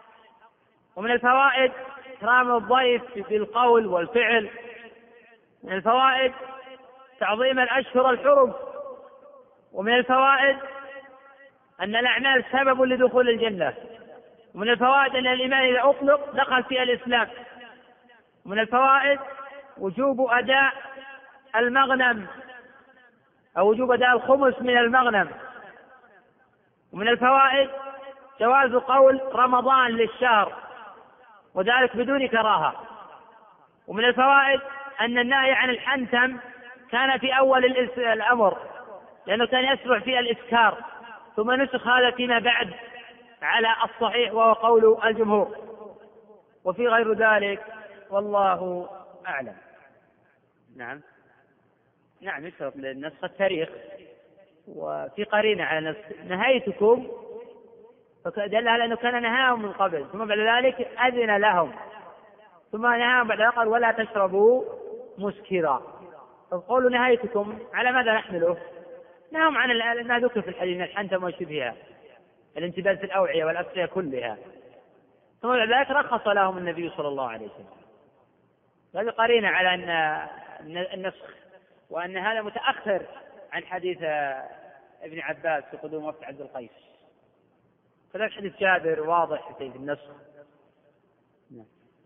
ومن الفوائد إكرام الضيف بالقول والفعل. من الفوائد تعظيم الأشهر الحرم. ومن الفوائد أن الأعمال سبب لدخول الجنة. ومن الفوائد أن الإيمان إذا أطلق دخل فيها الإسلام. ومن الفوائد وجوب أداء المغنم أو وجوب أداء الخمس من المغنم. ومن الفوائد جواز قول رمضان للشهر وذلك بدون كراهة. ومن الفوائد أن النهي عن الحنتم كان في أول الأمر لأنه كان يسرع فيها الإسكار، ثم نسخ هذا فيما بعد على الصحيح وهو قول الجمهور. وفي غير ذلك والله أعلم. نعم نعم يشترط للنسخ التاريخ، وفي قرينة على نسخ نهيتكم فدل على أنه كان نهاهم من قبل ثم بعد ذلك أذن لهم ثم نهاهم بعد ذلك قال ولا تشربوا مسكرا. فقولوا نهيتكم على ماذا نحمله؟ نهاهم عن ما ذكر في الحديث من الحنتم وشبهها، الانتباه في الأوعية والأسقية كلها، ثم بعد ذلك رخص لهم النبي صلى الله عليه وسلم. هذه قرينة على أن النسخ وأن هذا متأخر عن حديث ابن عباس في قدوم وفد عبد القيس. فذلك حديث جابر واضح في النسخ. نعم.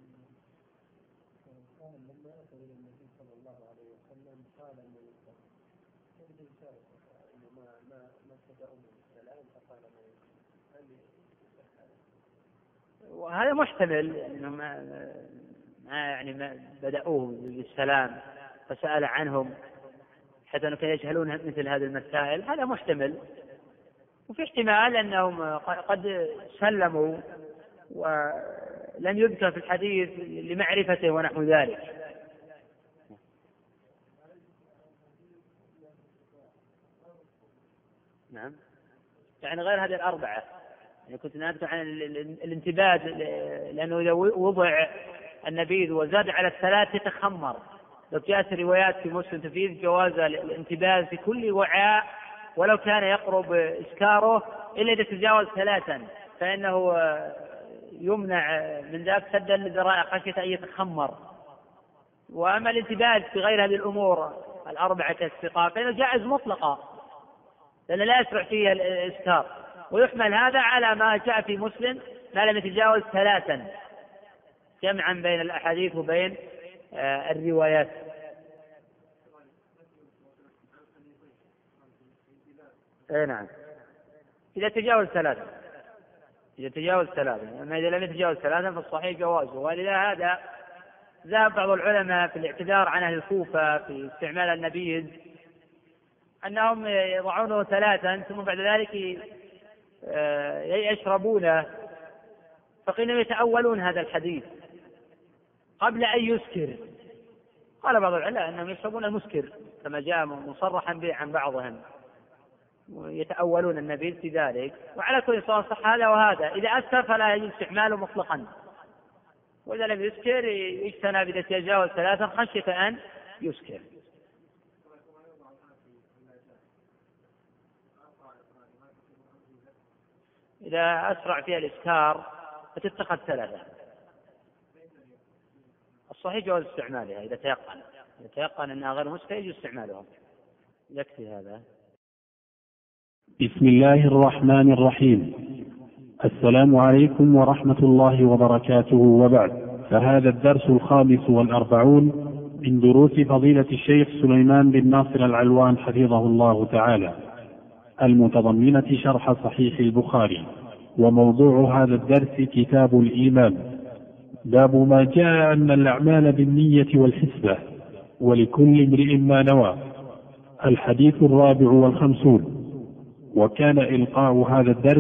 وهذا محتمل انه ما يعني ما بدأوه بالسلام فسأل عنهم حتى انهم يجهلون مثل هذه المسائل، هذا محتمل. وفي احتمال انهم قد سلموا ولم يذكر في الحديث لمعرفته ونحو ذلك. نعم يعني غير هذه الأربعة. يعني كنت نذكر عن الانتباد لأنه إذا وضع النبيذ وزاد على الثلاث يتخمر. لو جاءت روايات في مسلم تفيد جواز الانتباذ في كل وعاء ولو كان يقرب إسكاره إلا إذا تجاوز ثلاثا فإنه يمنع من ذلك سدا للذرائع خشية أن يتخمر. وأما الانتباذ في غير هذه الأمور الأربعة كالسقاء فإنه جائز مطلقا لأنه لا يسرع فيه الإسكار. ويحمل هذا على ما جاء في مسلم ما لم يتجاوز ثلاثا جمعا بين الأحاديث وبين آه الروايات. اي نعم إذا تجاوز ثلاثا إذا تجاوز ثلاثا أما إذا لم يتجاوز ثلاثا فالصحيح جوازه. ولذا هذا ذهب بعض العلماء في الاعتذار عن أهل الكوفة في استعمال النبيذ أنهم يضعونه ثلاثا ثم بعد ذلك يشربونه، فقيل يتأولون هذا الحديث قبل أن يسكر. قال بعض العلماء أنهم يشربون المسكر كما جاء مصرحا به عن بعضهم ويتأولون النبيذ في ذلك. وعلى كل صورة صح هذا وهذا. إذا أسكر فلا يجوز استعماله مطلقا، وإذا لم يسكر يجتنب إذا تجاوز ثلاثا خشية أن يسكر. إذا أسرع فيها الإسكار فتتخذ ثلاثة. الصحيح جواز استعمالها إذا تيقن إذا تيقن أنها غير مسكرة يجوز استعمالها. يكفي هذا. بسم الله الرحمن الرحيم. السلام عليكم ورحمة الله وبركاته، وبعد، فهذا الدرس الخامس والأربعون من دروس فضيلة الشيخ سليمان بن ناصر العلوان حفظه الله تعالى، المتضمنة شرح صحيح البخاري. وموضوع هذا الدرس كتاب الإيمان، باب ما جاء أن الأعمال بالنية والحسبة ولكل امرئ ما نوى. الحديث الرابع والخمسون. وكان إلقاء هذا الدرس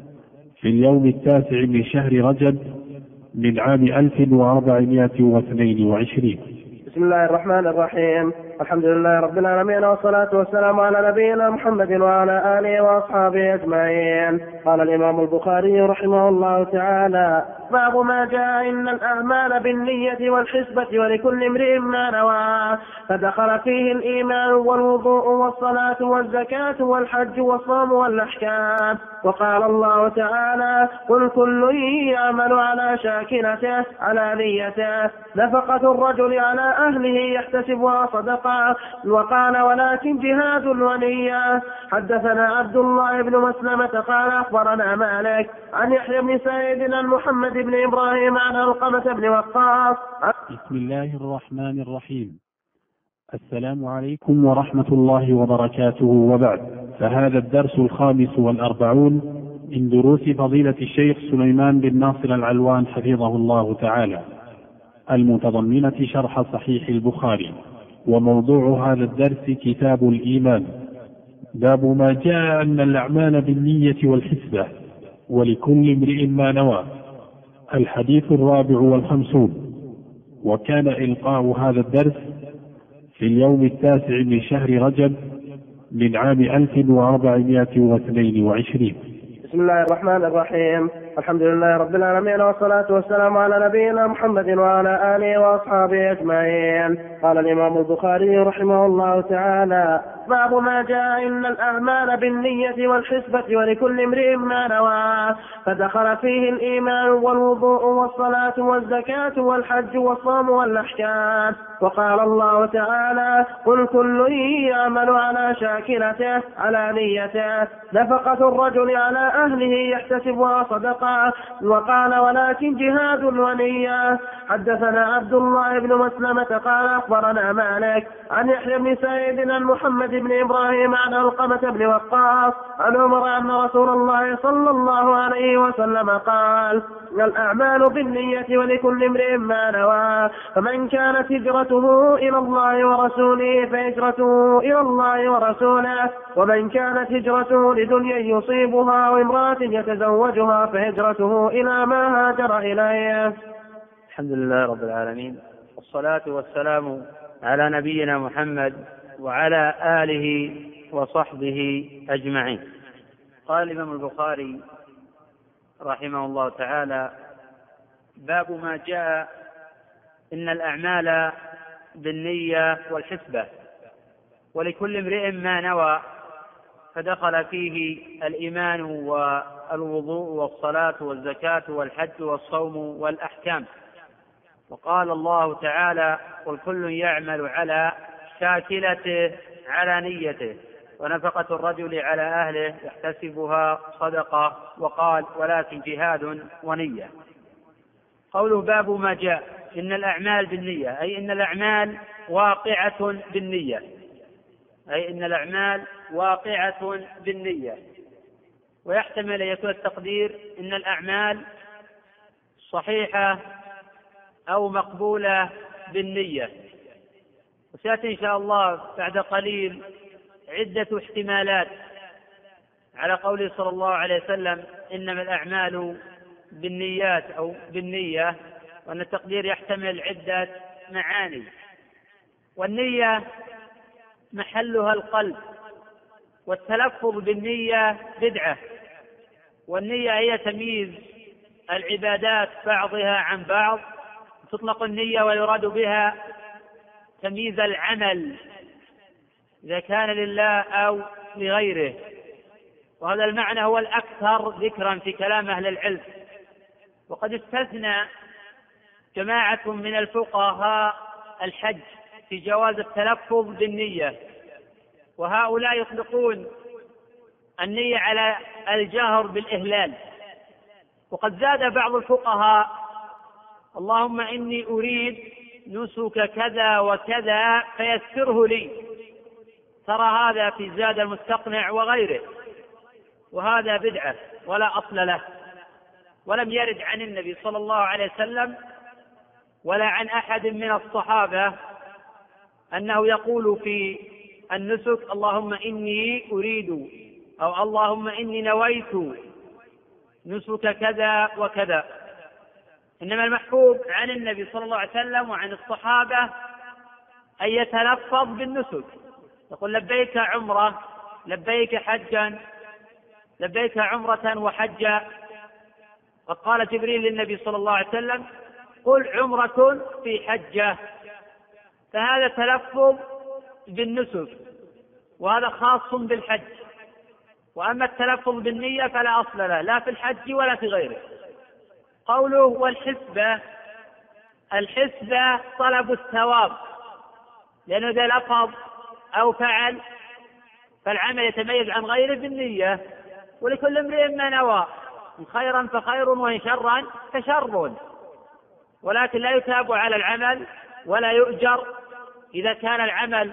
في اليوم التاسع من شهر رجب من عام ألف وأربعمائة واثنين وعشرين. بسم الله الرحمن الرحيم. الحمد لله رب العالمين، والصلاة والسلام على نبينا محمد وعلى آله وأصحابه أجمعين. قال الإمام البخاري رحمه الله تعالى: باب ما جاء إن الأعمال بالنية والحسبة ولكل امرئ ما نوى، فدخل فيه الإيمان والوضوء والصلاة والزكاة والحج والصوم والأحكام. وقال الله تعالى: قل كل يعمل على شاكلته على نيته، نفقة الرجل على أهله يحتسبها صدقة. وقال: ولكن جهاد ونية. حدثنا عبد الله بن مسلمة قال أخبرنا مالك عن يحيى بن سعيد عن محمد بن إبراهيم عن علقمة بن وقاص. بسم الله الرحمن الرحيم. السلام عليكم ورحمة الله وبركاته، وبعد، فهذا الدرس الخامس والأربعون من دروس فضيلة الشيخ سليمان بن ناصر العلوان حفظه الله تعالى، المتضمنة شرح صحيح البخاري. وموضوع هذا الدرس كتاب الإيمان، باب ما جاء أن الأعمال بالنية والحسبة ولكل امرئ ما نوى. الحديث الرابع والخمسون. وكان إلقاء هذا الدرس في اليوم التاسع من شهر رجب من عام ألف وأربعمائة واثنين وعشرين. بسم الله الرحمن الرحيم. الحمد لله رب العالمين، والصلاة والسلام على نبينا محمد وعلى آله وأصحابه أجمعين. قال الإمام البخاري رحمه الله تعالى: باب ما جاء إن الأعمال بالنية والحسبة ولكل امرئ ما نوى، فدخل فيه الإيمان والوضوء والصلاة والزكاة والحج والصوم والأحكام. وقال الله تعالى: قل كل يعمل على شاكلته على نيته، نفقة الرجل على أهله يحتسبها صدقة. وقال: ولكن جهاد ونية. حدثنا عبد الله بن مسلمة قال أخبرنا مالك عن يحيى بن سعيد عن محمد بن إبراهيم عن علقمة بن وقاص عن عمر أن رسول الله صلى الله عليه وسلم قال: الأعمال بالنية ولكل امرئ ما نوى، فمن كانت هجرته إلى الله ورسوله فهجرته إلى الله ورسوله، ومن كانت هجرته لدنيا يصيبها وامرأة يتزوجها فهجرته إلى ما هاجر إليه. الحمد لله رب العالمين، والصلاة والسلام على نبينا محمد وعلى آله وصحبه أجمعين. قال الإمام البخاري رحمه الله تعالى: باب ما جاء إن الأعمال بالنية والحسبة ولكل امرئ ما نوى، فدخل فيه الإيمان والوضوء والصلاة والزكاة والحج والصوم والأحكام. وقال الله تعالى: قل كل يعمل على شاكلته على نيته، ونفقة الرجل على أهله يحتسبها صدقة. وقال: ولكن جهاد ونية. قوله باب ما جاء إن الأعمال بالنية، أي إن الأعمال واقعة بالنية، أي إن الأعمال واقعة بالنية. ويحتمل أن يكون التقدير إن الأعمال صحيحة أو مقبولة بالنية. وسيأتي إن شاء الله بعد قليل عدة احتمالات على قوله صلى الله عليه وسلم: إنما الأعمال بالنيات أو بالنية، وأن التقدير يحتمل عدة معاني. والنية محلها القلب، والتلفظ بالنية بدعة. والنية هي تمييز العبادات بعضها عن بعض، تطلق النية ويراد بها تمييز العمل إذا كان لله أو لغيره. وهذا المعنى هو الأكثر ذكرا في كلام أهل العلم. وقد استثنى جماعة من الفقهاء الحج في جواز التلفظ بالنية، وهؤلاء يطلقون النية على الجهر بالإهلال. وقد زاد بعض الفقهاء: اللهم إني أريد نسك كذا وكذا فيسره لي. ترى هذا في زاد المستقنع وغيره، وهذا بدعة ولا أصل له، ولم يرد عن النبي صلى الله عليه وسلم ولا عن أحد من الصحابة أنه يقول في النسك اللهم إني أريد أو اللهم إني نويت نسك كذا وكذا. إنما المحبوب عن النبي صلى الله عليه وسلم وعن الصحابة أن يتلفظ بالنسك، يقول لبيك عمرة، لبيك حجا، لبيك عمرة وحجا. وقال جبريل للنبي صلى الله عليه وسلم قل عمرة في حجة. فهذا تلفظ بالنسك، وهذا خاص بالحج. وأما التلفظ بالنية فلا أصل له لا في الحج ولا في غيره. قوله والحسبة، الحسبة طلب الثواب، لأنه إذا لفظ أو فعل فالعمل يتميز عن غيره بالنية، ولكل امرئ ما نوى، إن خيرا فخير وإن شرا فشر، ولكن لا يثاب على العمل ولا يؤجر إذا كان العمل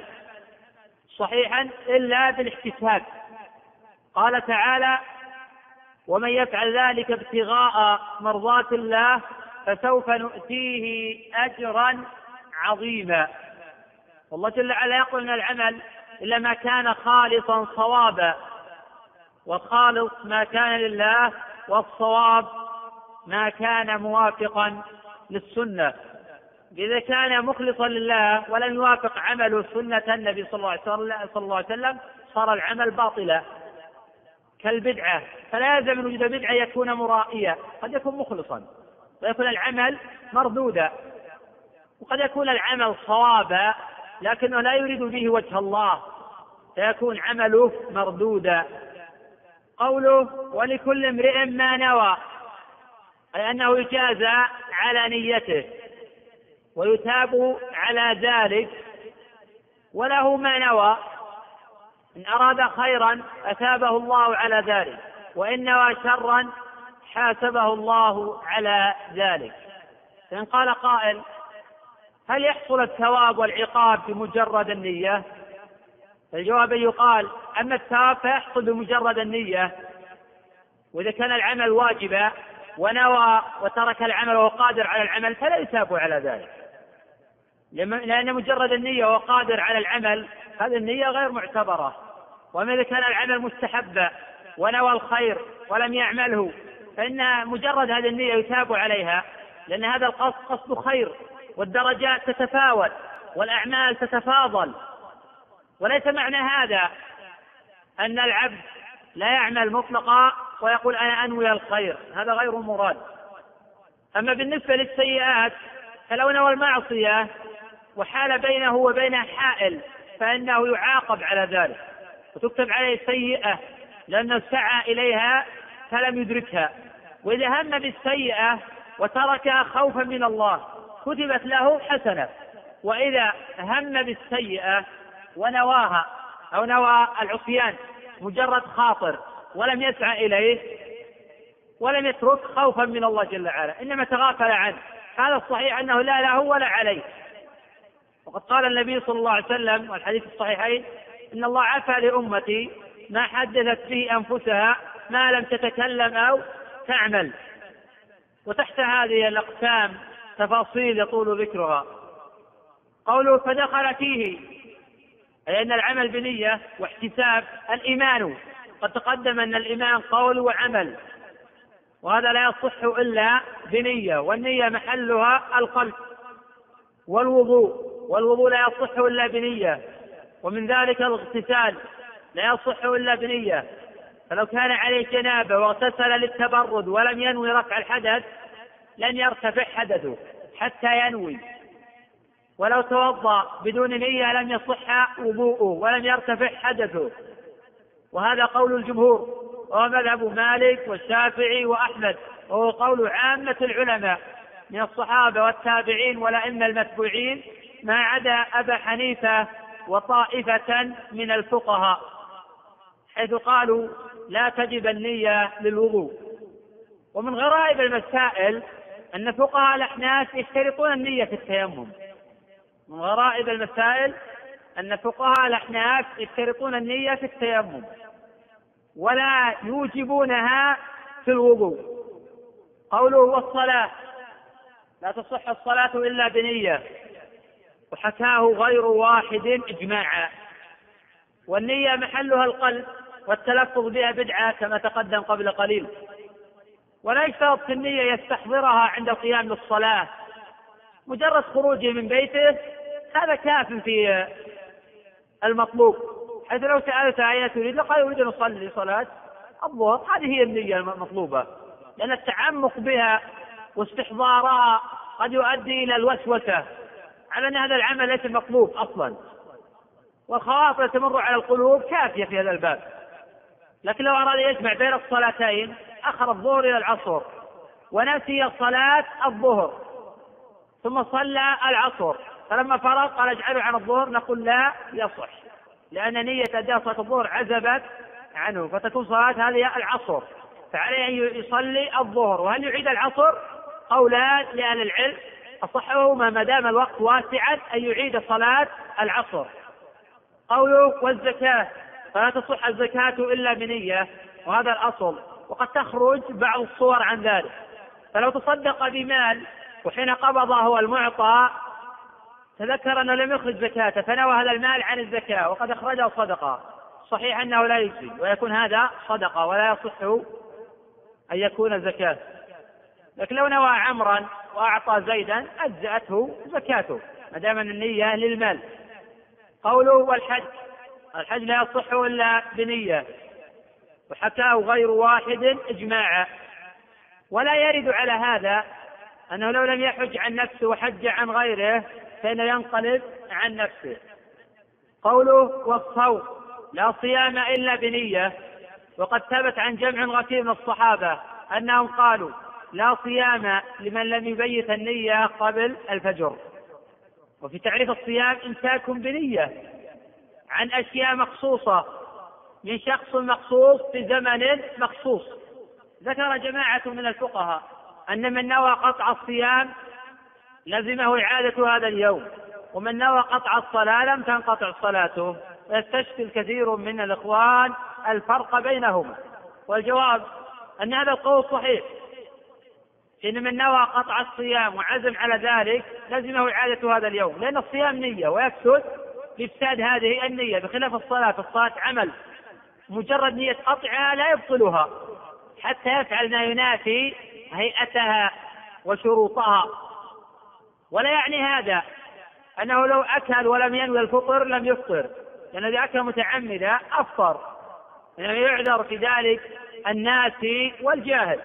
صحيحا إلا بالاحتساب. قال تعالى ومن يفعل ذلك ابتغاء مرضات الله فسوف نؤتيه أجرا عظيما. والله جل وعلا يقول ان العمل إلا ما كان خالصا صوابا، والخالص ما كان لله، والصواب ما كان موافقا للسنة. إذا كان مخلصا لله ولم يوافق عمله سنة النبي صلى الله عليه وسلم صار العمل باطلا كالبدعة. فلا يلزم من وجود بدعة يكون مرائيا، قد يكون مخلصا ويكون العمل مردودا، وقد يكون العمل صوابا لكنه لا يريد به وجه الله فيكون عمله مردودا. قوله ولكل امرئ ما نوى، أي أنه يجازى على نيته ويثاب على ذلك، وله ما نوى، إن أراد خيرا أثابه الله على ذلك، وإن نوى شرا حاسبه الله على ذلك. فإن قال قائل هل يحصل الثواب والعقاب بمجرد النية؟ الجواب يقال أما الثواب فيحصل بمجرد النية، وإذا كان العمل واجبا ونوى وترك العمل وهو قادر على العمل فلا يثاب على ذلك، لأن مجرد النية وهو قادر على العمل هذه النية غير معتبرة. وما إذا كان العمل مستحبا ونوى الخير ولم يعمله فإن مجرد هذه النية يثاب عليها، لأن هذا القصد قصد خير، والدرجات تتفاوت والأعمال تتفاضل. وليس معنى هذا أن العبد لا يعمل مطلقا ويقول أنا أنوي الخير، هذا غير مراد. أما بالنسبة للسيئات فلو نوى المعصية وحال بينه وبينها حائل فإنه يعاقب على ذلك وتكتب عليه سيئة لأنه سعى إليها فلم يدركها. وإذا هم بالسيئة وتركها خوفا من الله كتبت له حسنة. وإذا هم بالسيئة ونواها أو نوى العصيان مجرد خاطر ولم يسعى إليه ولم يترك خوفا من الله جل وعلا إنما تغافل عنه، هذا الصحيح أنه لا له ولا عليه. وقد قال النبي صلى الله عليه وسلم والحديث الصحيحين إن الله عفى لأمتي ما حدثت به أنفسها ما لم تتكلم أو تعمل. وتحت هذه الأقسام تفاصيل يطول ذكرها. قوله فدخل فيه أي أن العمل بنية واحتساب الإيمان. قد تقدم أن الإيمان قول وعمل، وهذا لا يصح إلا بنية، والنية محلها القلب. والوضوء والوضوء لا يصح إلا بنية، ومن ذلك الاغتسال لا يصح إلا بنية. فلو كان عليه جنابة واغتسل للتبرد ولم ينوي رفع الحدث لن يرتفع حدثه حتى ينوي، ولو توضأ بدون نية لم يصح وضوءه ولم يرتفع حدثه. وهذا قول الجمهور وهو مذهب مالك والشافعي وأحمد، وهو قول عامة العلماء من الصحابة والتابعين والأئمة المتبوعين ما عدا أبا حنيفة وطائفة من الفقهاء، حيث قالوا لا تجب النية للوضوء. ومن غرائب المسائل أن فقهاء الأحناف يشترطون النية في التيمم، من غرائب المسائل أن فقهاء الأحناف يشترطون النية في التيمم ولا يوجبونها في الوضوء. قوله والصلاة لا تصح الصلاة إلا بنية، وحكاه غير واحد إجماعا. والنية محلها القلب، والتلفظ بها بدعة كما تقدم قبل قليل. ولا يشترط في النية يستحضرها عند القيام للصلاة، مجرد خروجه من بيته هذا كاف في المطلوب، حيث لو سألت أين تريد لقال أريد أن أصلي صلاة الظهر، هذه هي النية المطلوبة، لأن التعمق بها واستحضارها قد يؤدي إلى الوسوسة على أن هذا العمل ليس مطلوب أصلا، والخواطر تمر على القلوب كافية في هذا الباب. لكن لو أراد يجمع بين الصلاتين أخر الظهر إلى العصر ونسي صلاة الظهر ثم صلى العصر، فلما فرغ قال اجعله عن الظهر، نقول لا يصح، لأن نية أداء صلاة الظهر عزبت عنه، فتكون صلاة هذه العصر، فعليه أن يصلي الظهر. وهل يعيد العصر؟ قولان لأهل العلم، أصحهما ما دام الوقت واسعا أن يعيد صلاة العصر. قوله والزكاة فلا تصح الزكاة إلا بنية، وهذا الأصل، وقد تخرج بعض الصور عن ذلك. فلو تصدق بمال وحين قبضه المعطى تذكر أنه لم يخرج زكاة فنوى هذا المال عن الزكاة وقد أخرجه صدقة، صحيح أنه لا يجزي ويكون هذا صدقة ولا يصح أن يكون زكاة. لكن لو نوى عمرا وأعطى زيدا أجزأته زكاته ما دام النية للمال. قوله والحج الحج لا يصح إلا بنية، وحكاه غير واحد إجماعا. ولا يرد على هذا أنه لو لم يحج عن نفسه وحج عن غيره فإنه ينقلب عن نفسه. قوله والصوم لا صيام إلا بنية، وقد ثبت عن جمع غفير من الصحابة أنهم قالوا لا صيام لمن لم يبيت النية قبل الفجر. وفي تعريف الصيام إمساك بنية عن أشياء مخصوصة من شخص مخصوص في زمن مخصوص. ذكر جماعة من الفقهاء أن من نوى قطع الصيام لزمه إعادة هذا اليوم، ومن نوى قطع الصلاة لم تنقطع صلاته، ويستشكل كثير من الإخوان الفرق بينهما. والجواب أن هذا القول صحيح، إن من نوى قطع الصيام وعزم على ذلك لزمه إعادة هذا اليوم، لأن الصيام نية ويفسد بإفساد هذه النية، بخلاف الصلاة. الصلاة عمل مجرد نية قطعها لا يبطلها حتى يفعل ما ينافي هيئتها وشروطها. ولا يعني هذا أنه لو أكل ولم ينوي الفطر لم يفطر، لأنه إذا أكل متعمدا أفطر، لأنه يعذر في ذلك الناسي والجاهل.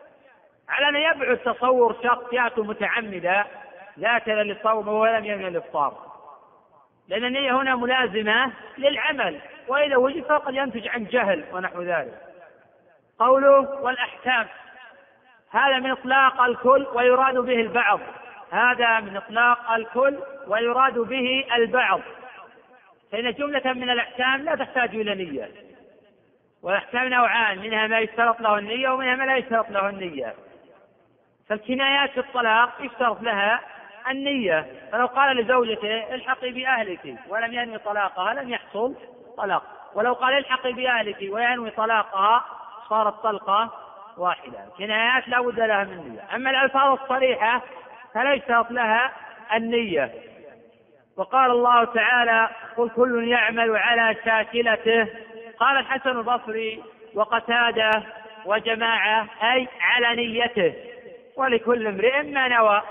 على أن يبعد تصور شخص يأكل متعمدا ذاكرا للصوم ولم ينوي الإفطار، لأن النية هنا ملازمة للعمل، وإذا وجد فقد ينتج عن جهل ونحو ذلك. قوله والأحكام هذا من إطلاق الكل ويراد به البعض، هذا من إطلاق الكل ويراد به البعض، فإن جملة من الأحكام لا تحتاج إلى نية. والأحكام نوعان، منها ما يشترط له النية ومنها ما لا يشترط له النية. فالكنايات في الطلاق يشترط لها النية، فلو قال لزوجته الحقي بأهلك ولم ينوي طلاقها لم يحصل طلاق، ولو قال الحقي بأهلك وينوي طلاقها صارت طلقة واحدة. كنايات لا بد لها من نية. أما الألفاظ الصريحة فلا يشترط لها النية. وقال الله تعالى قل كل يعمل على شاكلته، قال الحسن البصري وقتادة وجماعة أي على نيته، ولكل امرئ ما نوى.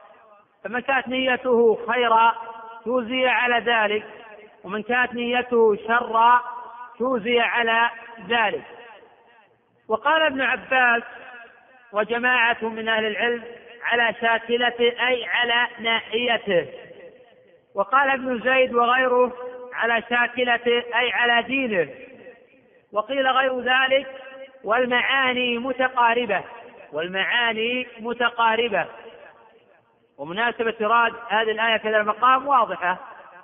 فمن كانت نيته خيرا توزي على ذلك، ومن كانت نيته شرا توزي على ذلك. وقال ابن عباس وجماعة من أهل العلم على شاكلته أي على ناحيته. وقال ابن زيد وغيره على شاكلته أي على دينه. وقيل غير ذلك والمعاني متقاربة، والمعاني متقاربة. ومناسبة إراد هذه الآية في هذا المقام واضحة.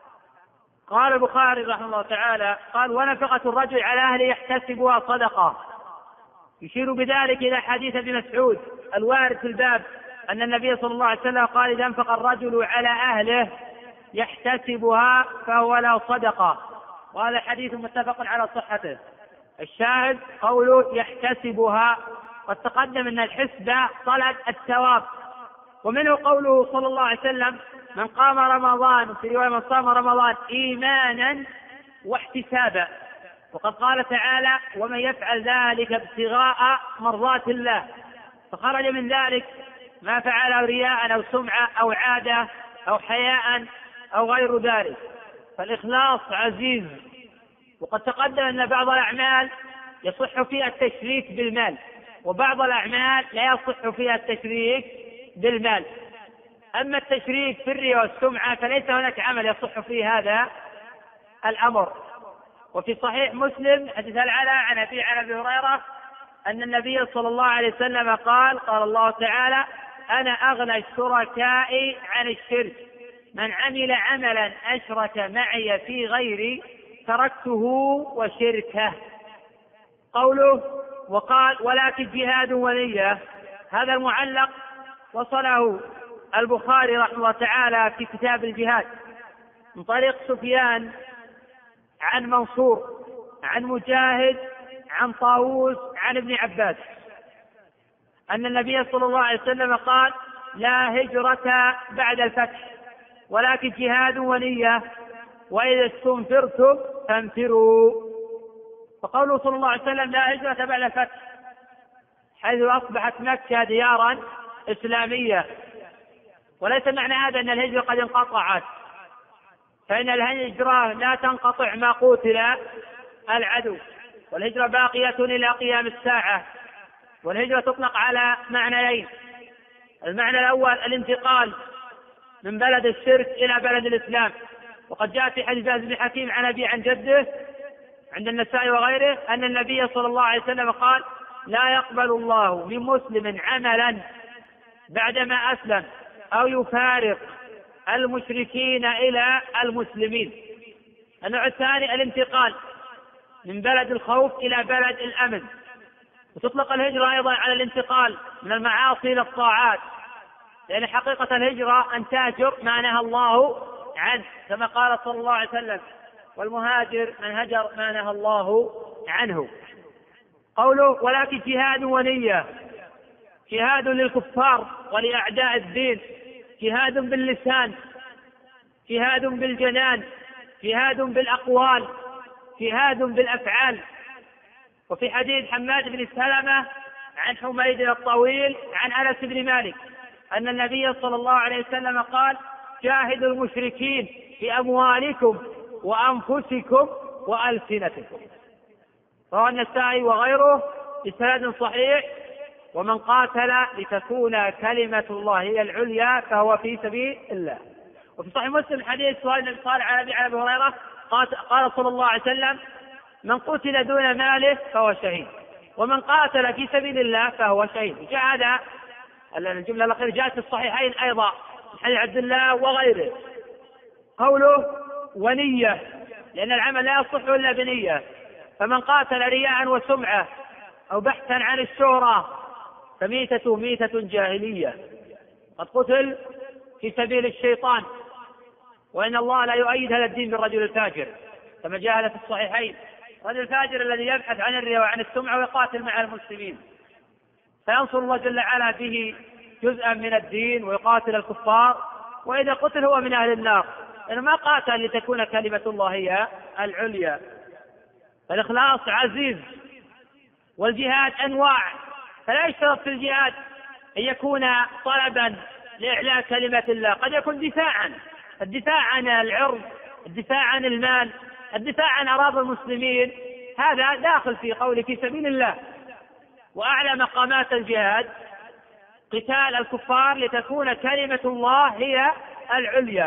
قال البخاري رحمه الله تعالى قال ونفقة الرجل على أهله يحتسبها صدقة، يشير بذلك إلى حديث ابن مسعود الوارد في الباب أن النبي صلى الله عليه وسلم قال إذا انفق الرجل على أهله يحتسبها فهو له صدقة، وهذا حديث متفق على صحته. الشاهد قوله يحتسبها، قد تقدم أن الحسبة طلب الثواب، ومنه قوله صلى الله عليه وسلم من قام رمضان، وفي رواية من صام رمضان إيمانا واحتسابا، وقد قال تعالى ومن يفعل ذلك ابتغاء مرضات الله، فخرج من ذلك ما فعله رياء أو سمعة أو عادة أو حياء أو غير ذلك. فالإخلاص عزيز، وقد تقدم أن بعض الأعمال يصح فيها التشريك بالمال، وبعض الأعمال لا يصح فيها التشريك بالمال. أما التشريك في الرياء والسمعة فليس هناك عمل يصح فيه هذا الأمر. وفي صحيح مسلم حديث العلاء عن أبي عن أبي هريرة أن النبي صلى الله عليه وسلم قال قال الله تعالى أنا أغنى الشركاء عن الشرك، من عمل عملا أشرك معي في غيري تركته وشركه. قوله وقال ولكن جهاد ونية، هذا المعلق وصله البخاري رحمه الله تعالى في كتاب الجهاد من طريق سفيان عن منصور عن مجاهد عن طاووس عن ابن عباس أن النبي صلى الله عليه وسلم قال لا هجرة بعد الفتح ولكن جهاد ونية، وإذا استنفرتم فانفروا. فقوله صلى الله عليه وسلم لا هجرة بعد الفتح حيث أصبحت مكة ديارا إسلامية، وليس معنى هذا أن الهجرة قد انقطعت، فإن الهجرة لا تنقطع ما قتل العدو، والهجرة باقية إلى قيام الساعة. والهجرة تطلق على معنيين: المعنى الأول الانتقال من بلد الشرك إلى بلد الإسلام، وقد جاء في حديث بن حكيم عن أبي عن جده عند النسائي وغيره أن النبي صلى الله عليه وسلم قال لا يقبل الله من مسلم عملا بعدما أسلم أو يفارق المشركين إلى المسلمين. النوع الثاني الانتقال من بلد الخوف إلى بلد الأمن، وتطلق الهجرة أيضا على الانتقال من المعاصي إلى الطاعات، لأن حقيقة الهجرة أن تهجر ما نهى الله عنه، كما قال صلى الله عليه وسلم والمهاجر من هجر ما نهى الله عنه. قوله ولكن جهاد ونية، جهاد للكفار ولأعداء الدين، جهاد باللسان، جهاد بالجنان، جهاد بالأقوال، جهاد بالأفعال. وفي حديث حماد بن سلمة عن حميد الطويل عن أنس بن مالك أن النبي صلى الله عليه وسلم قال جاهدوا المشركين بأموالكم وأنفسكم وألسنتكم. رواه النسائي وغيره بسند صحيح: ومن قاتل لتكون كلمة الله هي العليا فهو في سبيل الله. وفي صحيح مسلم حديث سؤال النبي صلى الله عليه وسلم عن أبي هريرة قال صلى الله عليه وسلم من قتل دون ماله فهو شهيد، ومن قاتل في سبيل الله فهو شهيد. جاء هذا الجملة الأخيرة جاءت في الصحيحين أيضا من حديث عبد الله وغيره. قوله ونية، لأن العمل لا يصح إلا بنية، فمن قاتل رياء وسمعة أو بحثا عن الشهرة فميتة ميتة جاهلية، قد قتل في سبيل الشيطان، وإن الله لا يؤيد هذا الدين بالرجل الفاجر كما جاء في الصحيحين: الرجل الفاجر الذي يبحث عن الرياء وعن السمعة ويقاتل مع المسلمين، فينصر الله جل وعلا به جزءا من الدين ويقاتل الكفار، وإذا قتل هو من أهل النار، لأنه ما قاتل لتكون كلمة الله هي العليا. فالإخلاص عزيز. والجهاد أنواع، فلا يشترط في الجهاد أن يكون طلبا لإعلاء كلمة الله، قد يكون دفاعا، الدفاع عن العرض، الدفاع عن المال، الدفاع عن أراضي المسلمين، هذا داخل في قول في سبيل الله. وأعلى مقامات الجهاد قتال الكفار لتكون كلمة الله هي العليا.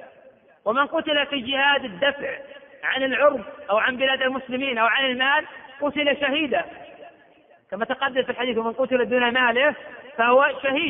ومن قتل في جهاد الدفع عن العرض أو عن بلاد المسلمين أو عن المال قتل شهيدا، كما تقدم في الحديث: ومن قتل دون ماله فهو شهيد.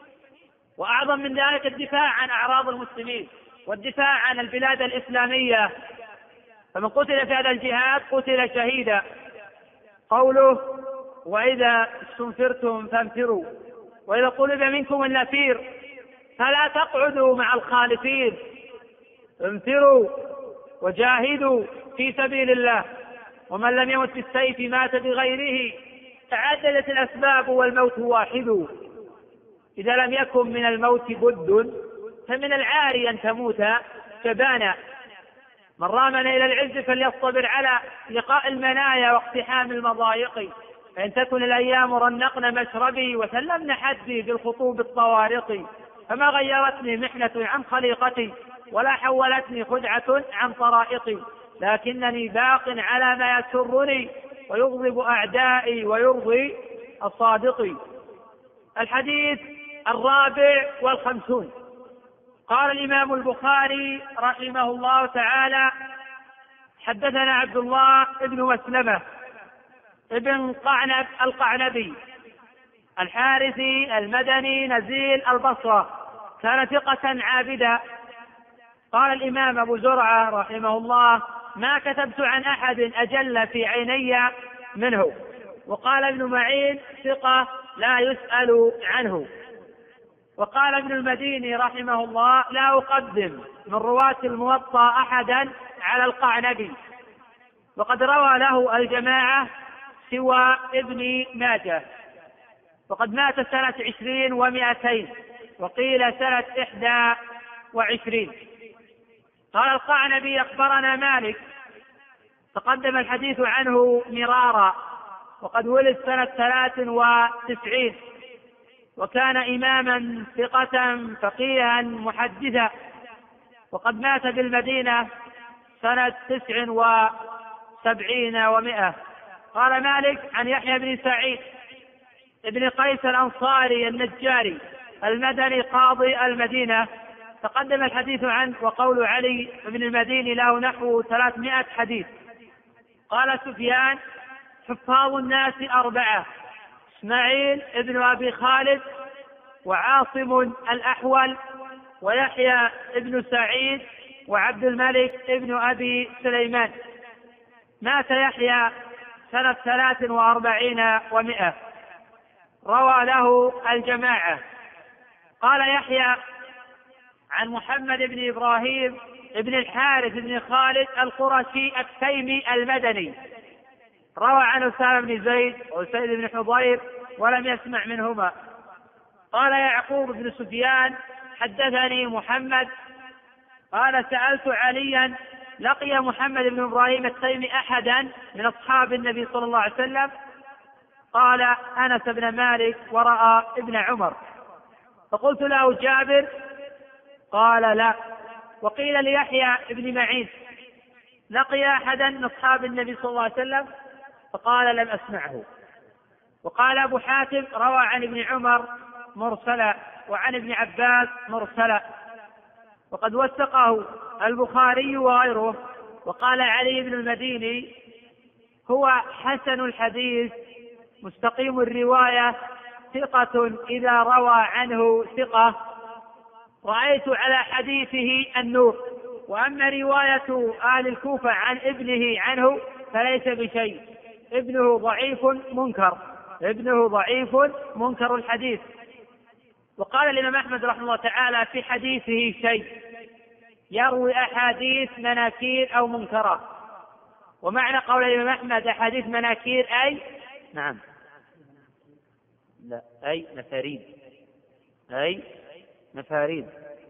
وأعظم من ذلك الدفاع عن أعراض المسلمين والدفاع عن البلاد الإسلامية، فمن قتل في هذا الجهاد قتل شهيدا. قوله وإذا استنفرتم فانفروا، وإذا طلب منكم النفير فلا تقعدوا مع الخالفين، انفروا وجاهدوا في سبيل الله، ومن لم يمت بالسيف مات بغيره، تعددت الأسباب والموت واحد، إذا لم يكن من الموت بد فمن العار أن تموت جبانا. من رامنا إلى العز فليصطبر على لقاء المنايا واقتحام المضايق، فإن تكن الأيام رنقن مشربي وسلمن حدي بالخطوب الطوارق، فما غيرتني محنة عن خليقتي ولا حولتني خدعة عن طرائقي، لكنني باق على ما يسرني ويغضب أعدائي ويرضي الصادق. الحديث الرابع والخمسون. قال الإمام البخاري رحمه الله تعالى: حدثنا عبد الله بن مسلمة ابن قعنب القعنبي الحارثي المدني نزيل البصرة، كان ثقة عابدا. قال الإمام أبو زرعة رحمه الله: ما كتبت عن أحد أجل في عيني منه. وقال ابن معين: ثقة لا يسأل عنه. وقال ابن المديني رحمه الله: لا أقدم من رواة الموطأ أحدا على القعنبي. وقد روى له الجماعة سوى ابن ماجه. وقد مات سنة عشرين ومائتين، وقيل سنة إحدى وعشرين. قال القعنبي: أخبرنا مالك، تقدم الحديث عنه مرارا، وقد ولد سنة ثلاث وتسعين، وكان إماما ثقة فقيها محدثا، وقد مات بالمدينة سنة تسع وسبعين ومائة. قال مالك عن يحيى بن سعيد ابن قيس الأنصاري النجاري المدني قاضي المدينة، تقدم الحديث عنه. وقول علي بن المديني له نحو ثلاثمائة حديث. قال سفيان: حفاظ الناس أربعة: إسماعيل ابن أبي خالد، وعاصم الأحول، ويحيى ابن سعيد، وعبد الملك ابن أبي سليمان. مات يحيى سنة ثلاث وأربعين ومائة. روى له الجماعة. قال يحيى عن محمد بن إبراهيم ابن الحارث بن خالد القرشي التيمي المدني، روى عنه سالم بن زيد وسيد بن حضير ولم يسمع منهما. قال يعقوب بن سفيان: حدثني محمد قال: سألت عليا: لقي محمد بن إبراهيم التيمي أحدا من أصحاب النبي صلى الله عليه وسلم؟ قال: أنس بن مالك ورأى ابن عمر. فقلت له: جابر؟ قال: لا. وقيل ليحيى بن معين: لقي أحدا من أصحاب النبي صلى الله عليه وسلم؟ فقال: لم أسمعه. وقال أبو حاتم: روى عن ابن عمر مرسلا، وعن ابن عباس مرسلا. وقد وثقه البخاري وغيره. وقال علي بن المديني: هو حسن الحديث مستقيم الرواية، ثقة إذا روى عنه ثقة، رأيت على حديثه النور. وأما رواية آل الكوفة عن ابنه عنه فليس بشيء، ابنه ضعيف منكر، ابنه ضعيف منكر الحديث. وقال الإمام أحمد رحمه الله تعالى في حديثه شيء، يروي أحاديث مناكير أو منكرات. ومعنى قول الإمام أحمد أحاديث مناكير أي نعم لا أي مفاريد، أي مفاريد.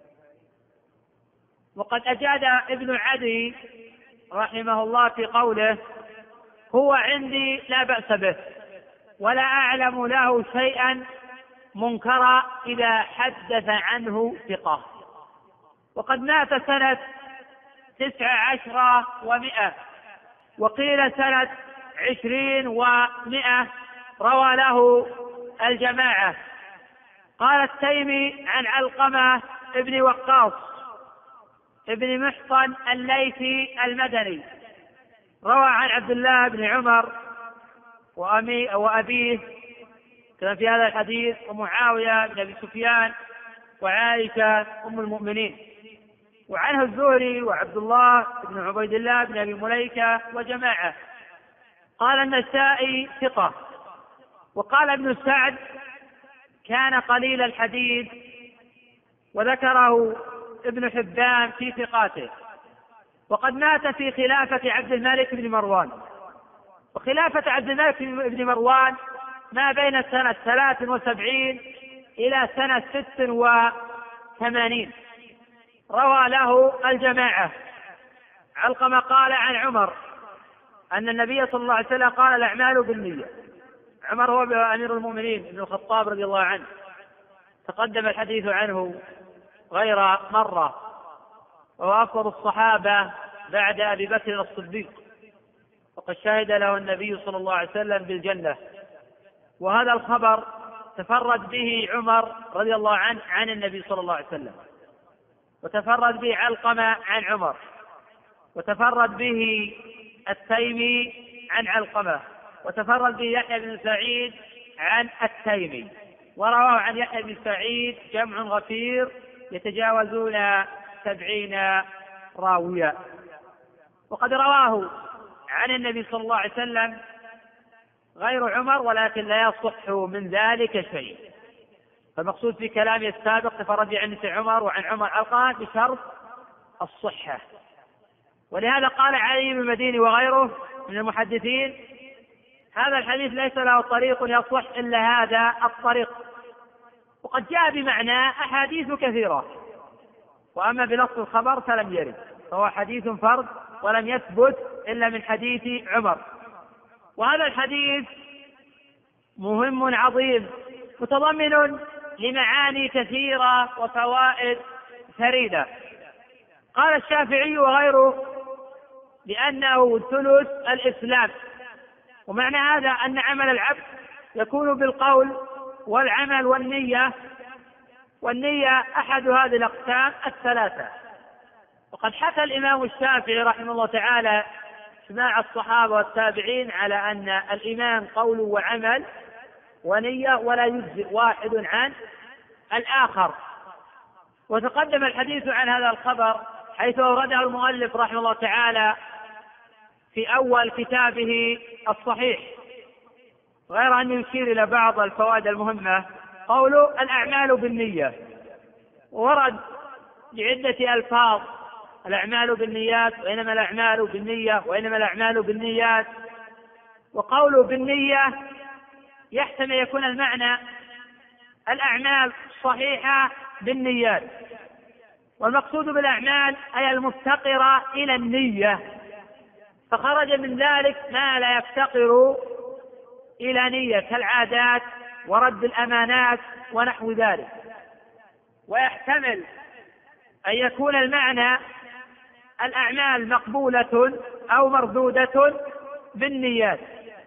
وقد أجاد ابن عدي رحمه الله في قوله: هو عندي لا بأس به، ولا أعلم له شيئا منكرا إذا حدث عنه ثقة. وقد مات سنة تسع عشر ومائة، وقيل سنة عشرين ومائة. روى له الجماعة. قال التيمي عن علقمة ابن وقاص ابن محصن الليثي المدني، روى عن عبد الله بن عمر وأبيه كما في هذا الحديث، ومعاوية بن أبي سفيان، وعائشة أم المؤمنين، وعنه الزهري وعبد الله بن عبيد الله بن أبي مليكة وجماعة. قال النسائي: ثقة. وقال ابن سعد: كان قليل الحديث، وذكره ابن حبان في ثقاته. وقد مات في خلافة عبد الملك بن مروان. وخلافة عبد الملك بن مروان ما بين سنة ثلاث وسبعين إلى سنة ست وثمانين. روى له الجماعة. علقمة قال عن عمر أن النبي صلى الله عليه وسلم قال الأعمال بالنية. عمر هو أمير المؤمنين ابن الخطاب رضي الله عنه، تقدم الحديث عنه غير مرة، وهو أفضل الصحابة بعد أبي بكر الصديق، وقد شهد له النبي صلى الله عليه وسلم بالجنة. وهذا الخبر تفرد به عمر رضي الله عنه عن النبي صلى الله عليه وسلم، وتفرد به علقمة عن عمر، وتفرد به التيمي عن علقمة، وتفرد به يحيى بن سعيد عن التيمي. ورواه عن يحيى بن سعيد جمع غفير يتجاوزون سبعين راويا. وقد رواه عن النبي صلى الله عليه وسلم غير عمر، ولكن لا يصح من ذلك شيء. فالمقصود في كلامه السابق تفرد عن عمر وعن عمر علقمة بشرط الصحة. ولهذا قال علي بن المديني وغيره من المحدثين: هذا الحديث ليس له طريق يصح إلا هذا الطريق. وقد جاء بمعنى أحاديث كثيرة، وأما بنص الخبر فلم يرد، فهو حديث فرد ولم يثبت إلا من حديث عمر. وهذا الحديث مهم عظيم متضمن لمعاني كثيرة وفوائد فريدة. قال الشافعي وغيره بأنه ثلث الإسلام. ومعنى هذا أن عمل العبد يكون بالقول والعمل والنية، والنية أحد هذه الأقسام الثلاثة. وقد حكى الإمام الشافعي رحمه الله تعالى اجماع الصحابة والتابعين على أن الإيمان قول وعمل ونية، ولا يجزئ واحد عن الآخر. وتقدم الحديث عن هذا الخبر حيث أورده المؤلف رحمه الله تعالى في أول كتابه الصحيح، غير أن يشير إلى بعض الفوائد المهمة. قوله الأعمال بالنية ورد بعدة ألفاظ: الأعمال بالنيات، وإنما الأعمال بالنية، وإنما الأعمال بالنيات. وقوله بالنية يحتمل يكون المعنى الأعمال صحيحة بالنيات، والمقصود بالأعمال أي المفتقرة إلى النية، فخرج من ذلك ما لا يفتقر إلى نية كالعادات ورد الأمانات ونحو ذلك. ويحتمل أن يكون المعنى الأعمال مقبولة أو مردودة بالنيات،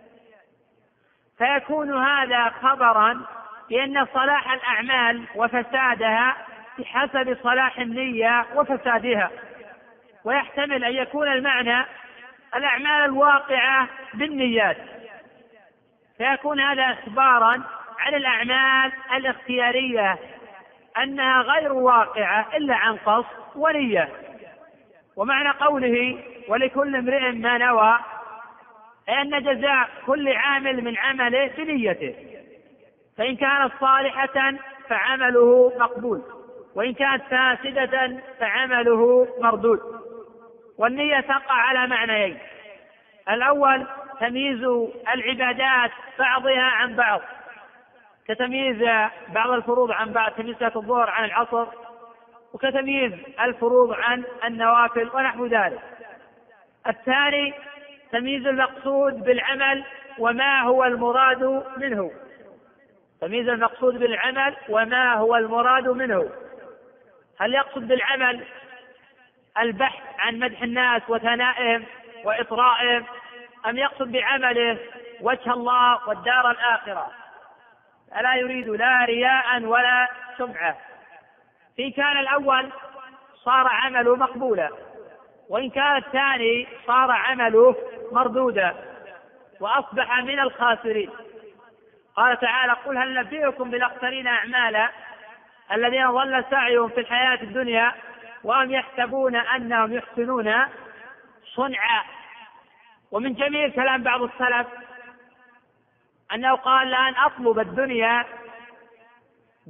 فيكون هذا خبرا بأن صلاح الأعمال وفسادها بحسب صلاح النية وفسادها. ويحتمل أن يكون المعنى الأعمال الواقعة بالنيات، فيكون هذا إخبارا عن الأعمال الاختيارية أنها غير واقعة إلا عن قصد ونية. ومعنى قوله ولكل امرئ ما نوى أن جزاء كل عامل من عمله بنيته، فإن كانت صالحة فعمله مقبول، وإن كانت فاسدة فعمله مردود. والنية تقع على معنيين: الأول تمييز العبادات بعضها عن بعض، كتمييز بعض الفروض عن بعض، تمييز صلاة الظهر عن العصر، وكتمييز الفروض عن النوافل ونحو ذلك. الثاني تمييز المقصود بالعمل وما هو المراد منه، تمييز المقصود بالعمل وما هو المراد منه. هل يقصد بالعمل البحث عن مدح الناس وثنائهم وإطرائهم، أم يقصد بعمله وجه الله والدار الآخرة؟ ألا يريد لا رياء ولا سمعة. فإن كان الأول صار عمله مقبولا، وإن كان الثاني صار عمله مردودا وأصبح من الخاسرين. قال تعالى: قل هل نبئكم بالأخسرين أعمالا الذين ضل سعيهم في الحياة الدنيا وهم يحسبون أنهم يحسنون صنعا. ومن جميل كلام بعض السلف أنه قال: لأن أطلب الدنيا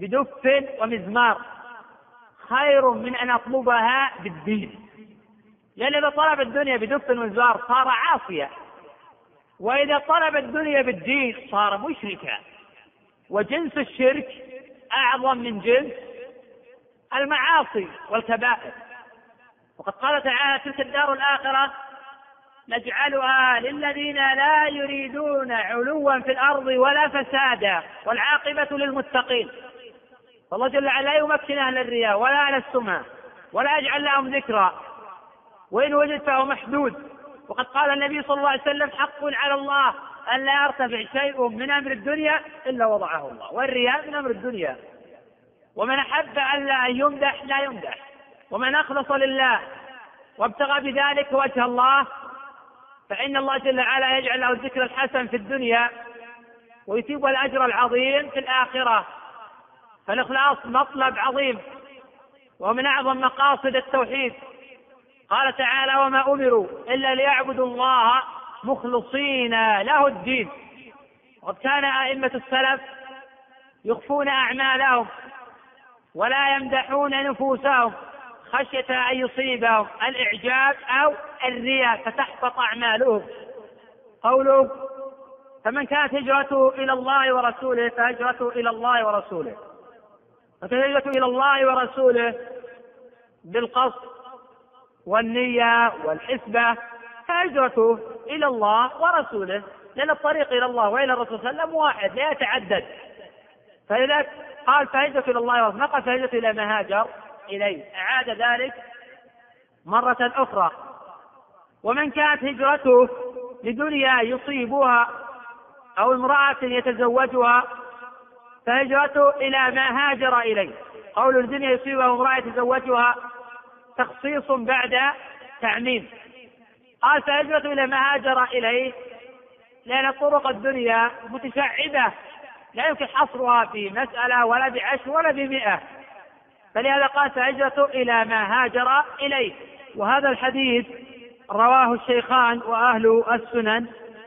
بدف ومزمار خير من أن أطلبها بالدين. لأن إذا طلب الدنيا بدف وزار صار عاصيا، وإذا طلب الدنيا بالدين صار مشركا، وجنس الشرك أعظم من جنس المعاصي والكبائر. وقد قال تعالى: تلك الدار الآخرة نجعلها للذين لا يريدون علوا في الأرض ولا فسادا والعاقبة للمتقين. فالله جل وعلا لا يمكن أهل الرياء ولا أهل السمعة ولا يجعل لهم ذكرى، وإن وجد فهو محدود. وقد قال النبي صلى الله عليه وسلم: حق على الله أن لا يرتفع شيء من أمر الدنيا إلا وضعه الله، والرياء من أمر الدنيا. ومن أحب أن لا يمدح لا يمدح، ومن أخلص لله وابتغى بذلك وجه الله فإن الله جل وعلا يجعل له الذكر الحسن في الدنيا ويثيب الأجر العظيم في الآخرة. فالإخلاص مطلب عظيم ومن أعظم مقاصد التوحيد. قال تعالى: وما أمروا إلا ليعبدوا الله مخلصين له الدين. وقد كان أئمة السلف يخفون أعمالهم ولا يمدحون نفوسهم خشية أن يصيبهم الإعجاب أو الرياء فتحبط أعمالهم. قوله: فمن كانت هجرته إلى الله ورسوله فهجرته إلى الله ورسوله. فهجرته إلى الله ورسوله بالقصد والنية والحسبة، فهجرته إلى الله ورسوله، لأن الطريق إلى الله وإلى الرسول صلى الله عليه وسلم واحد لا يتعدد. فإذا قال فهجرته إلى الله ورسوله نقل فهجرته إلى ما هاجر إليه، أعاد ذلك مرة أخرى. ومن كانت هجرته لدنيا يصيبها أو امرأة يتزوجها فهجرته إلى ما هاجر إليه. قول الدنيا يصيبها امرأة يتزوجها تخصيص بعد تعميم. قال فهجرته إلى ما هاجر إليه لأن طرق الدنيا متشعبة لا يمكن حصرها في مسألة ولا بعشر ولا بمئة، فلهذا قال فهجرته إلى ما هاجر إليه. وهذا الحديث رواه الشيخان وأهل السنن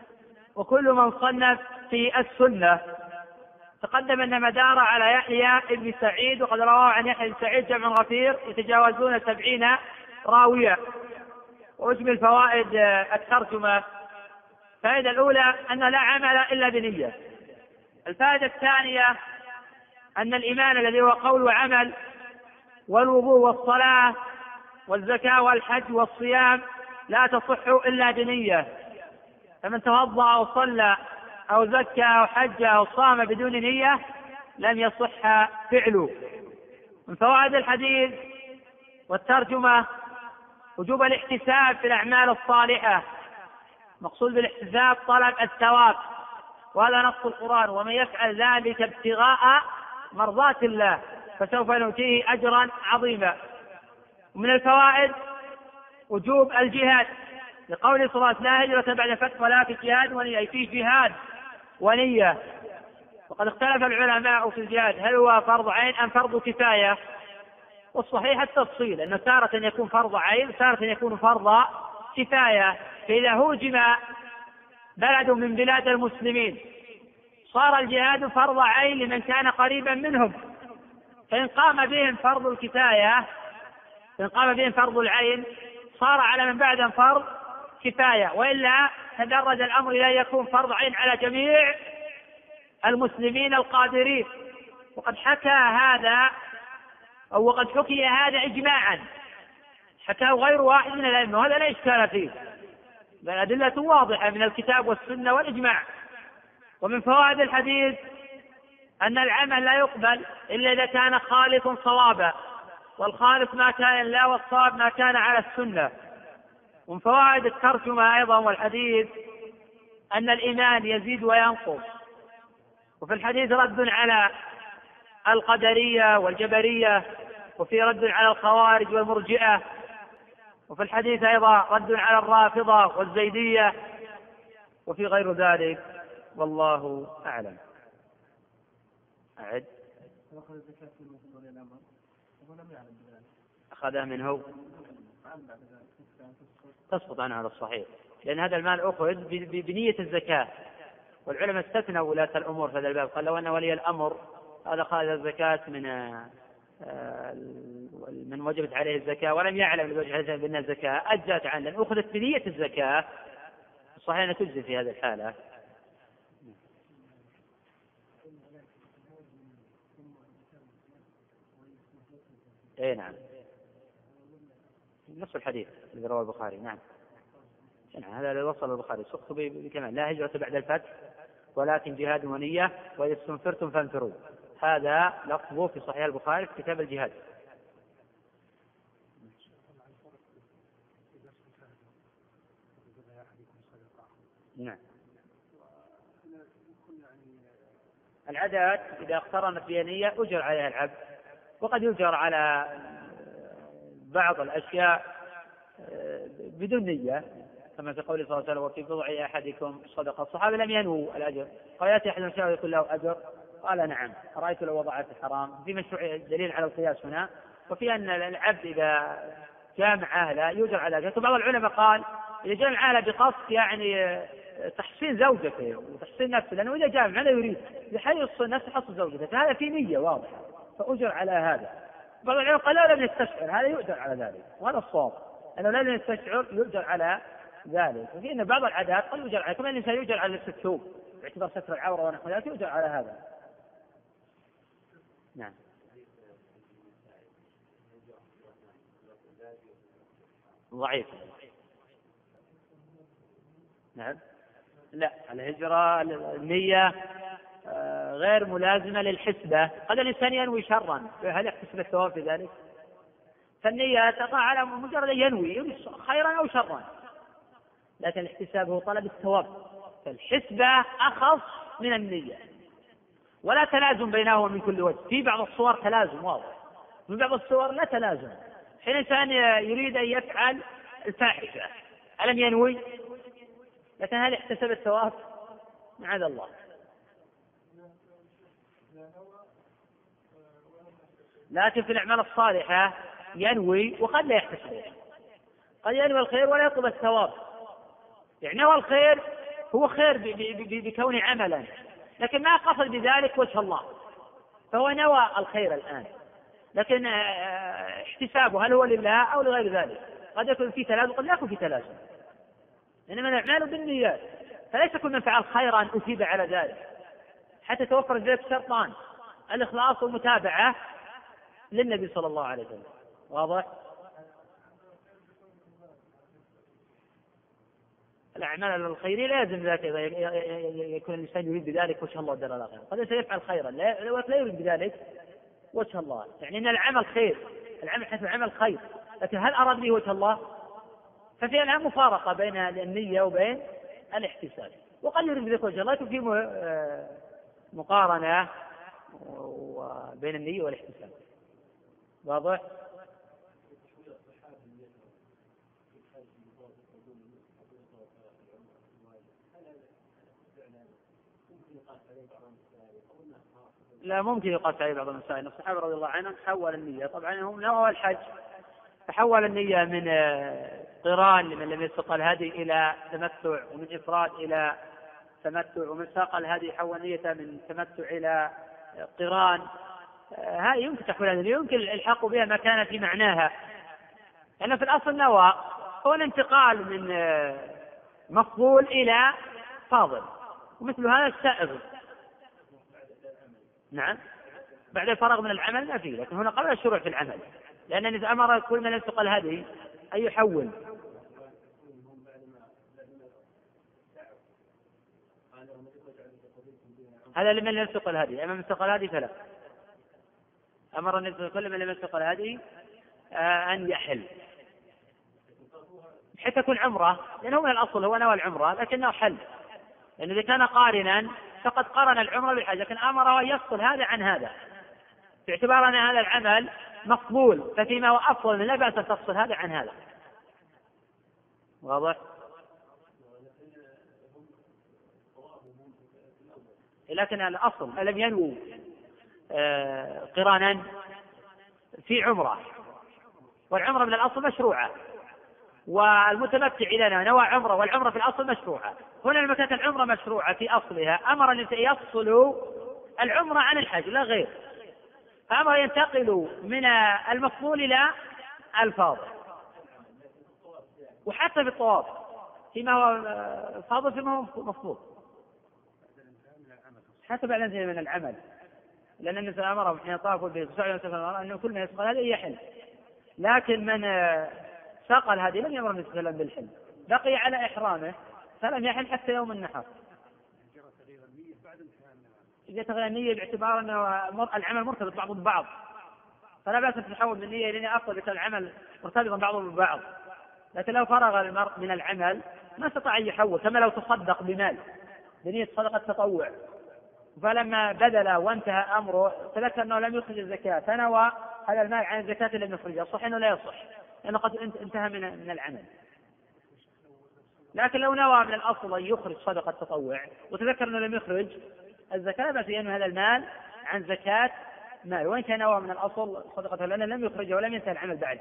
وكل من صنف في السنة. تقدم أن مدار على يحيى بن سعيد، وقد رواه عن يحيى بن سعيد جمع غفير يتجاوزون سبعين راوية. وأجمل فوائد الترجمة: الفائدة الأولى أن لا عمل إلا بنية. الفائدة الثانية أن الإيمان الذي هو قول وعمل والوضوء والصلاة والزكاة والحج والصيام لا تصح إلا بنية. فمن توضأ أو صلى أو زكى أو حج أو صام بدون نية لم يصح فعله. من فوائد الحديث والترجمة وجوب الاحتساب في الأعمال الصالحة. مقصود بالاحتساب طلب الثواب، وهذا نص القرآن: ومن يفعل ذلك ابتغاء مرضات الله فسوف نؤتيه أجرا عظيما. ومن الفوائد وجوب الجهاد، لقول صلى الله عليه وسلم: لا هجرة بعد فتح ولا في جهاد ونية، أي في جهاد ونية. وقد اختلف العلماء في الجهاد هل هو فرض عين أم فرض كفاية، والصحيح التفصيل أنه تارة يكون فرض عين تارة يكون فرض كفاية. فإذا هوجم بلد من بلاد المسلمين صار الجهاد فرض عين لمن كان قريبا منهم، فإن قام بهم فرض الكفاية فإن قام بهم فرض العين صار على من بعدهم فرض كفاية، وإلا تدرج الأمر إلى أن يكون فرض عين على جميع المسلمين القادرين. وقد حكى هذا أو وقد حكي هذا إجماعا، حكاه غير واحد من الأئمة، وهذا لا إشكال فيه، بل أدلة واضحة من الكتاب والسنة والإجماع. ومن فوائد الحديث أن العمل لا يقبل إلا إذا كان خالصا صوابا، والخالص ما كان لا والصواب ما كان على السنة. ومن فوائد الترجمة أيضا والحديث أن الإيمان يزيد وينقص. وفي الحديث رد على القدرية والجبرية، وفي رد على الخوارج والمرجئة، وفي الحديث أيضا رد على الرافضة والزيدية، وفي غير ذلك، والله أعلم. أعد أخذها منه تسقط عنه على الصحيح، لأن هذا المال أخذ بنية الزكاة، والعلماء استثنوا ولاة الأمور في هذا الباب، قال لو أن ولي الأمر هذا خالد الزكاة من من وجبت عليه الزكاة ولم يعلم الوجه بأنها الزكاة أجزت عنه لأن أخذت بنية الزكاة صحيح أنها تجزي في هذه الحالة. اي نعم نصف الحديث الذي رواه البخاري. نعم هذا اللي وصل البخاري سقط بكمال لا هجرة بعد الفتح ولكن جهاد ونية وإذا استنفرتم فانفروا. هذا لفظه في صحيح البخاري في كتاب الجهاد. نعم العادات إذا اقترنت بها نية أجر عليها العبد وقد يجر على بعض الأشياء بدون نية كما في قوله صلى الله عليه وسلم وفي بضع أحدكم صدقة. الصحابة لم ينووا الأجر قال يأتي أحد الشيء يقول له أجر قال نعم رأيت لو وضعت حرام. في مشروع دليل على القياس هنا وفي أن العبد إذا جامع أهله يجر على ذلك. بعض العلماء قال إذا جامع أهله بقصد يعني تحصين زوجته وتحصين نفسه لأنه إذا جامع ماذا يريد يحصل نفسه يحصل زوجته فهذا في نية واضحة فأجر على هذا. بعض العلماء قال لا لم يستشعر هذا يؤجر على ذلك وهذا الصواب أنه لا لم يستشعر يؤجر على ذلك. وفي أن بعض العادات قد يؤجر على كما الإنسان يؤجر على لبس الثوب باعتبار ستر العورة ونحو ذلك يؤجر على هذا. نعم ضعيف. نعم لا الهجرة النية غير ملازمة للحسبة. قد الإنسان ينوي شرا هل يحتسب الثواب في ذلك؟ فالنية تقع على مجرد ينوي خيرا أو شرا لكن الاحتساب هو طلب الثواب فالحسبة أخص من النية ولا تلازم بينهما من كل وجه. في بعض الصور تلازم واضح من بعض الصور لا تلازم. حين إنسان يريد أن يفعل الفاحشة ألم ينوي لكن هل احتسب الثواب؟ معاذ الله. لكن في الأعمال الصالحة ينوي وقد لا يحتسب قد ينوي الخير ولا يطلب الثواب. يعني نوى الخير هو خير بكون عملا لكن ما قصد بذلك وجه الله فهو نوى الخير الآن لكن احتسابه هل هو لله أو لغير ذلك. قد يكون في تلازم قد لا يكون في تلازم إنما الأعمال بالنيات فليس كل من فعل خيرا أثيب على ذلك حتى توفر ذلك شرطان الإخلاص والمتابعة للنبي صلى الله عليه وسلم. واضح؟ الأعمال الخيرية لا يلزم ذلك إذا يكون الإنسان يريد بذلك وجه الله والدار الآخرة. قد سيفعل خيرا لا يريد بذلك وجه الله يعني أن العمل خير العمل حسب العمل خير لكن هل أراد به وجه الله؟ ففي الآن مفارقة بين النية وبين الاحتساب وقد يريد بذلك وجه الله يكون في مقارنة بين النية والاحتساب. واضح؟ لا ممكن يقاس عليه بعض المسائل. الصحابة رضي الله عنهم حول النية طبعا هم نووا الحج فحول النية من قران لمن لم يسق الهدي إلى تمتع ومن إفراد إلى تمتع ومن ساق الهدي حول نية من تمتع إلى قران. هذه يمكن تحويلها يمكن الحق بها ما كان في معناها لأن في الأصل نوى هو الانتقال من مفضول إلى فاضل ومثل هذا السائغ. نعم بعد الفراغ من العمل ما فيه لكن هنا قبل الشروع في العمل لأن إذا أمر كل من يسق الهدي أن يحول. هذا لمن يسق الهدي أما من سق الهدي فلا أمر أن كل من يسق الهدي أن يحل حتى يكون عمره لأنه من الأصل هو نوى العمرة لكنه حل لأن إذا كان قارنا فقد قرن العمرة بالحج لكن أمره أن يفصل هذا عن هذا باعتبار أن هذا العمل مقبول ففيما هو أفضل من لا بأس أن تفصل هذا عن هذا. واضح؟ لكن الأصل لم ينووا قرانا في عمرة والعمرة من الأصل مشروعة والمتمتع لنا نوى عمرة والعمرة في الأصل مشروعة. هنا لما كانت العمرة مشروعة في أصلها أمر أن يفصلوا العمرة عن الحج لا غير. فأمر ينتقل من المفضول إلى الفاضل. وحتى في الطواف فيما هو فاضل فيما هو مفضول، حتى بعد الانتهاء من العمل، لأن النبي أمرهم حين طافوا بسعي وسفر أنه كل ما يسقل هذا يحل. لكن من سقل هذه لم يمر النبي صلى الله عليه وسلم بالحل، بقي على إحرامه فلم يحل حتى يوم النحر. إذا تغير النية باعتبار أن العمل مرتبط بعضه ببعض، فلا بأس أن تتحول من النية إلى نية أفضل، يكون العمل مرتبطا بعضه ببعض. لكن لو فرغ المرء من العمل ما استطاع أن يحول، كما لو تصدق بمال بنية صدقة تطوع، فلما بذل وانتهى أمره تذكر أنه لم يخرج الزكاة فنوى هذا المال عن الزكاة لم يخرجها، الصح أنه لا يصح لأنه قد انتهى من من العمل. لكن لو نوى من الأصل أن يخرج صدقة تطوع وتذكر أنه لم يخرج الزكاة بس أن هذا المال عن زكاة مال، وإن كان نوى من الأصل صدقة لأنه لم يخرجها ولم ينتهي العمل بعد.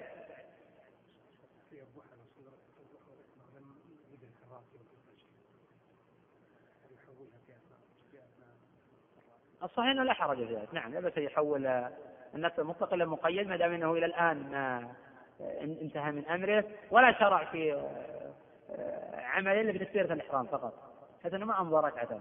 الصحيح أنه لا حرج في ذلك، نعم لا بأس يحول النفس المطلق إلى مقيد ما دام أنه إلى الآن ما انتهى من أمره ولا شرع في عمل إلا بتكبيرة الإحرام فقط، حتى أنه ما أمضى ركعتين.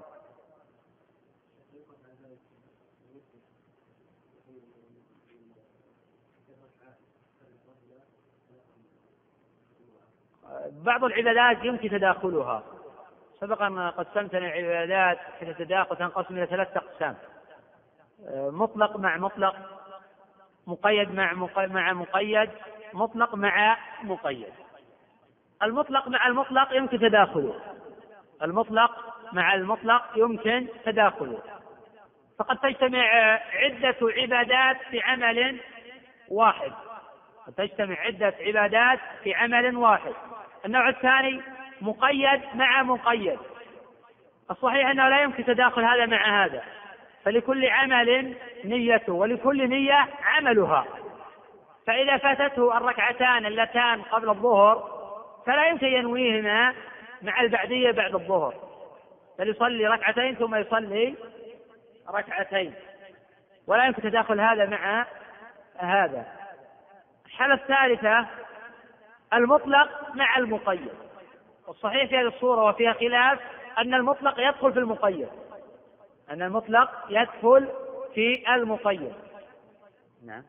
بعض العبادات يمكن تداخلها، سبقا قسمتنا العبادات في التداخل تنقسم إلى ثلاثة أقسام: مطلق مع مطلق، مقيد مع مع مقيد، مطلق مع مقيد. المطلق مع المطلق يمكن تداخله، المطلق مع المطلق يمكن تداخله، فقد تجتمع عدة عبادات في عمل واحد، قد تجتمع عدة عبادات في عمل واحد. النوع الثاني مقيد مع مقيد، الصحيح أنه لا يمكن تداخل هذا مع هذا، فلكل عمل نيته ولكل نية عملها، فإذا فاتته الركعتان اللتان قبل الظهر فلا يمكن ينويهما مع البعدية بعد الظهر، بل يصلي ركعتين ثم يصلي ركعتين، ولا يمكن تداخل هذا مع هذا. الحالة الثالثة المطلق مع المقيد، والصحيح في هذه الصورة وفيها خلاف أن المطلق يدخل في المقيد، أن المطلق يدخل في المقيد. نعم.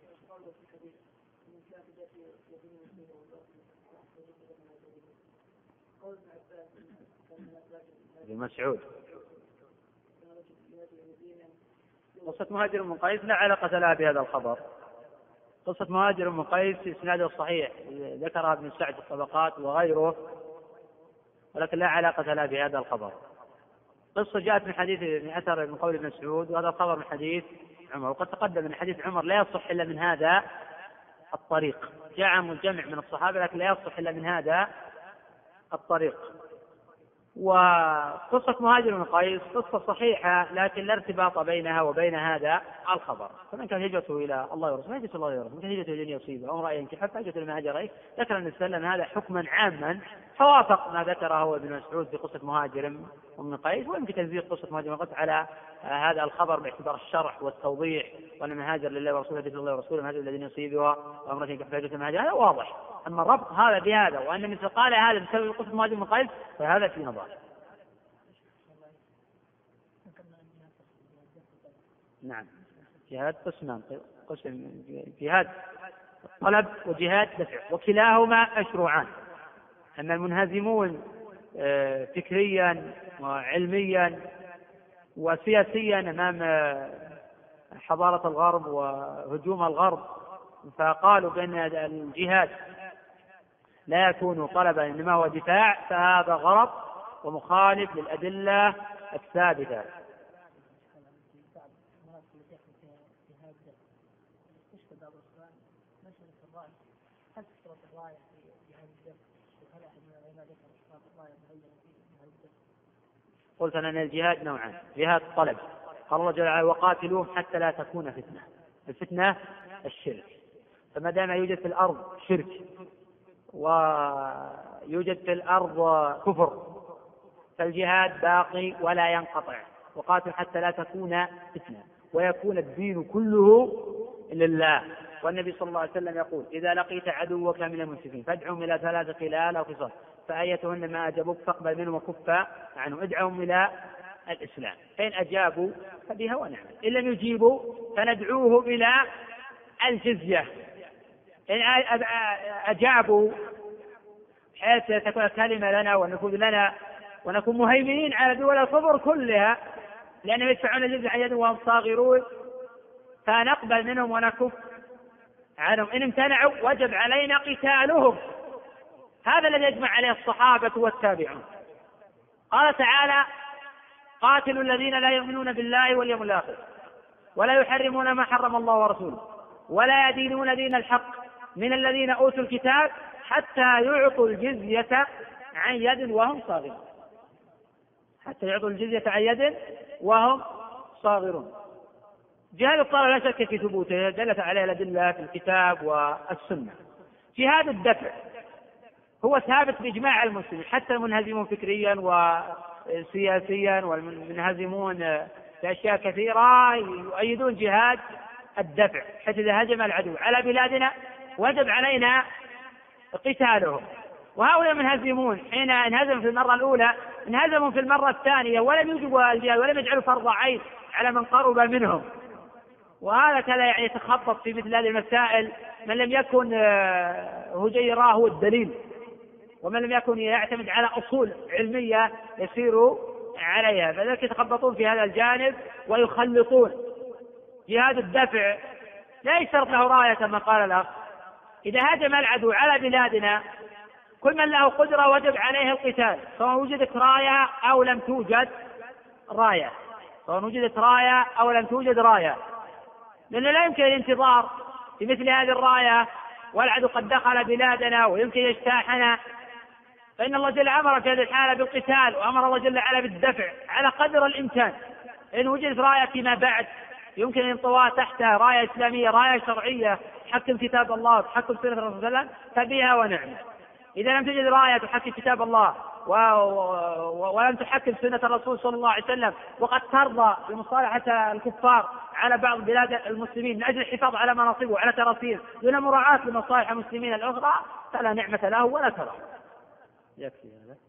ابن مسعود قصة مهاجر بن قيس لا علاقة لها بهذا الخبر. قصة مهاجر بن قيس في إسناده الصحيح ذكرها ابن سعد في الطبقات وغيره، ولكن لا علاقة لها بهذا الخبر. قصة جاءت من حديث من أثر من قول ابن مسعود، وهذا الخبر من حديث عمر، وقد تقدم من حديث عمر لا يصح إلا من هذا الطريق، جاء مجمع من الصحابة لكن لا يصح إلا من هذا الطريق. وقصة مهاجر بن قيس قصة صحيحة لكن لا ارتباط بينها وبين هذا الخبر، فمن كان هجرته إلى الله ورسوله هجرة الله ورسوله، من كان هجرته إلى يصيبه أو رأي ينكح حتى هجرته لما هاجر إليه. ذكر النبي صلى الله عليه وسلم هذا حكما عاما فوافق ما ذكره ابن مسعود في قصة مهاجر بن قيس، ويمكن تنزيل قصة مهاجر بن قيس على هذا الخبر باعتبار الشرح والتوضيح، وأن من هاجر لله ورسوله هجرة الله ورسوله من هاجر الذين يصيبها وأمره ينكح فهجرته لما هاجر، هذا واضح. أما الربط هذا بهذا وأن النبي قال هذا بسبب قصة مهاجر بن قيس فهذا في نظر. نعم. جهاد قسمان، قسم جهاد طلب وجهاد دفع، وكلاهما مشروعان. أما المنهزمون فكريا وعلميا وسياسيا أمام حضارة الغرب وهجوم الغرب فقالوا بأن الجهاد لا يكون طلبا إنما هو دفاع، فهذا غلط ومخالف للأدلة الثابتة. قلت أن الجهاد نوعان: جهاد طلب، قال الله جل وعلا وقاتلوهم حتى لا تكون فتنة، الفتنة الشرك، فما دام يوجد في الأرض شرك ويوجد في الأرض كفر فالجهاد باقي ولا ينقطع، وقاتل حتى لا تكون فتنة. ويكون الدين كله لله. والنبي صلى الله عليه وسلم يقول: إذا لقيت عدوك من المشركين فادعهم إلى ثلاث خلال أو خصال، فأيتهن ما أجابوك فاقبل منهم وكف عنهم، ادعهم إلى الإسلام، فإن أجابوا فبها ونعمت، إن لم يجيبوا فندعوه إلى الجزية. إن أجابوا حيث تكون الكلمة لنا والنفوذ لنا ونكون مهيمنين على دول الكفر كلها لأنهم يدفعون الجزية عن يد وهم صاغرون، فنقبل منهم ونكف عنهم. إن امتنعوا وجب علينا قتالهم. هذا الذي يجمع عليه الصحابة والتابعون. قال تعالى: قاتلوا الذين لا يؤمنون بالله واليوم الآخر ولا يحرمون ما حرم الله ورسوله ولا يدينون دين الحق من الذين أوتوا الكتاب حتى يعطوا الجزية عن يد وهم صاغرون. حتى يعطوا الجزية عن يد وهم صاغرون. جهاد الطلب لا شك في ثبوته، دلت عليه الأدلة في الكتاب والسنة. جهاد الدفع هو ثابت بإجماع المسلمين، حتى المنهزمون فكريا وسياسيا والمنهزمون في أشياء كثيرة يؤيدون جهاد الدفع، حتى إذا هجم العدو على بلادنا وجب علينا قتالهم. وهؤلاء المنهزمون حين انهزموا في المرة الأولى انهزموا في المرة الثانية ولم يجبوا الجهاد ولم يجعلوا فرض عين على من قرب منهم. وهذا كلا يعني يتخبط في مثل هذه المسائل من لم يكن هجيراه هو الدليل، ومن لم يكن يعتمد على أصول علمية يسير عليها، فذلك يتخبطون في هذا الجانب ويخلطون. جهاد الدفع لا يشترط له راية كما قال الأخ. إذا هاجم العدو على بلادنا كل من له قدرة وجب عليه القتال، سواء وجدت راية أو لم توجد راية، سواء وجدت راية أو لم توجد راية، لأنه لا يمكن الانتظار في مثل هذه الراية والعدو قد دخل بلادنا ويمكن يجتاحنا. فإن الله جل أمر في هذه الحالة بالقتال، وأمر الله جل وعلا بالدفع على قدر الإمكان. إن وجدت راية فيما بعد يمكن الانطواء تحتها، راية إسلامية راية شرعية تحكم كتاب الله وتحكم سنة الرسول صلى الله عليه وسلم، فبها ونعمة. إذا لم تجد راية تحكم كتاب الله و... و... ولم تحكم سنة الرسول صلى الله عليه وسلم، وقد ترضى بمصالحة الكفار على بعض بلاد المسلمين من أجل الحفاظ على مناصبه وعلى تراثيم دون مراعاة لمصالح المسلمين الأخرى، فلا نعمة له ولا كرامة. يكفي هذا.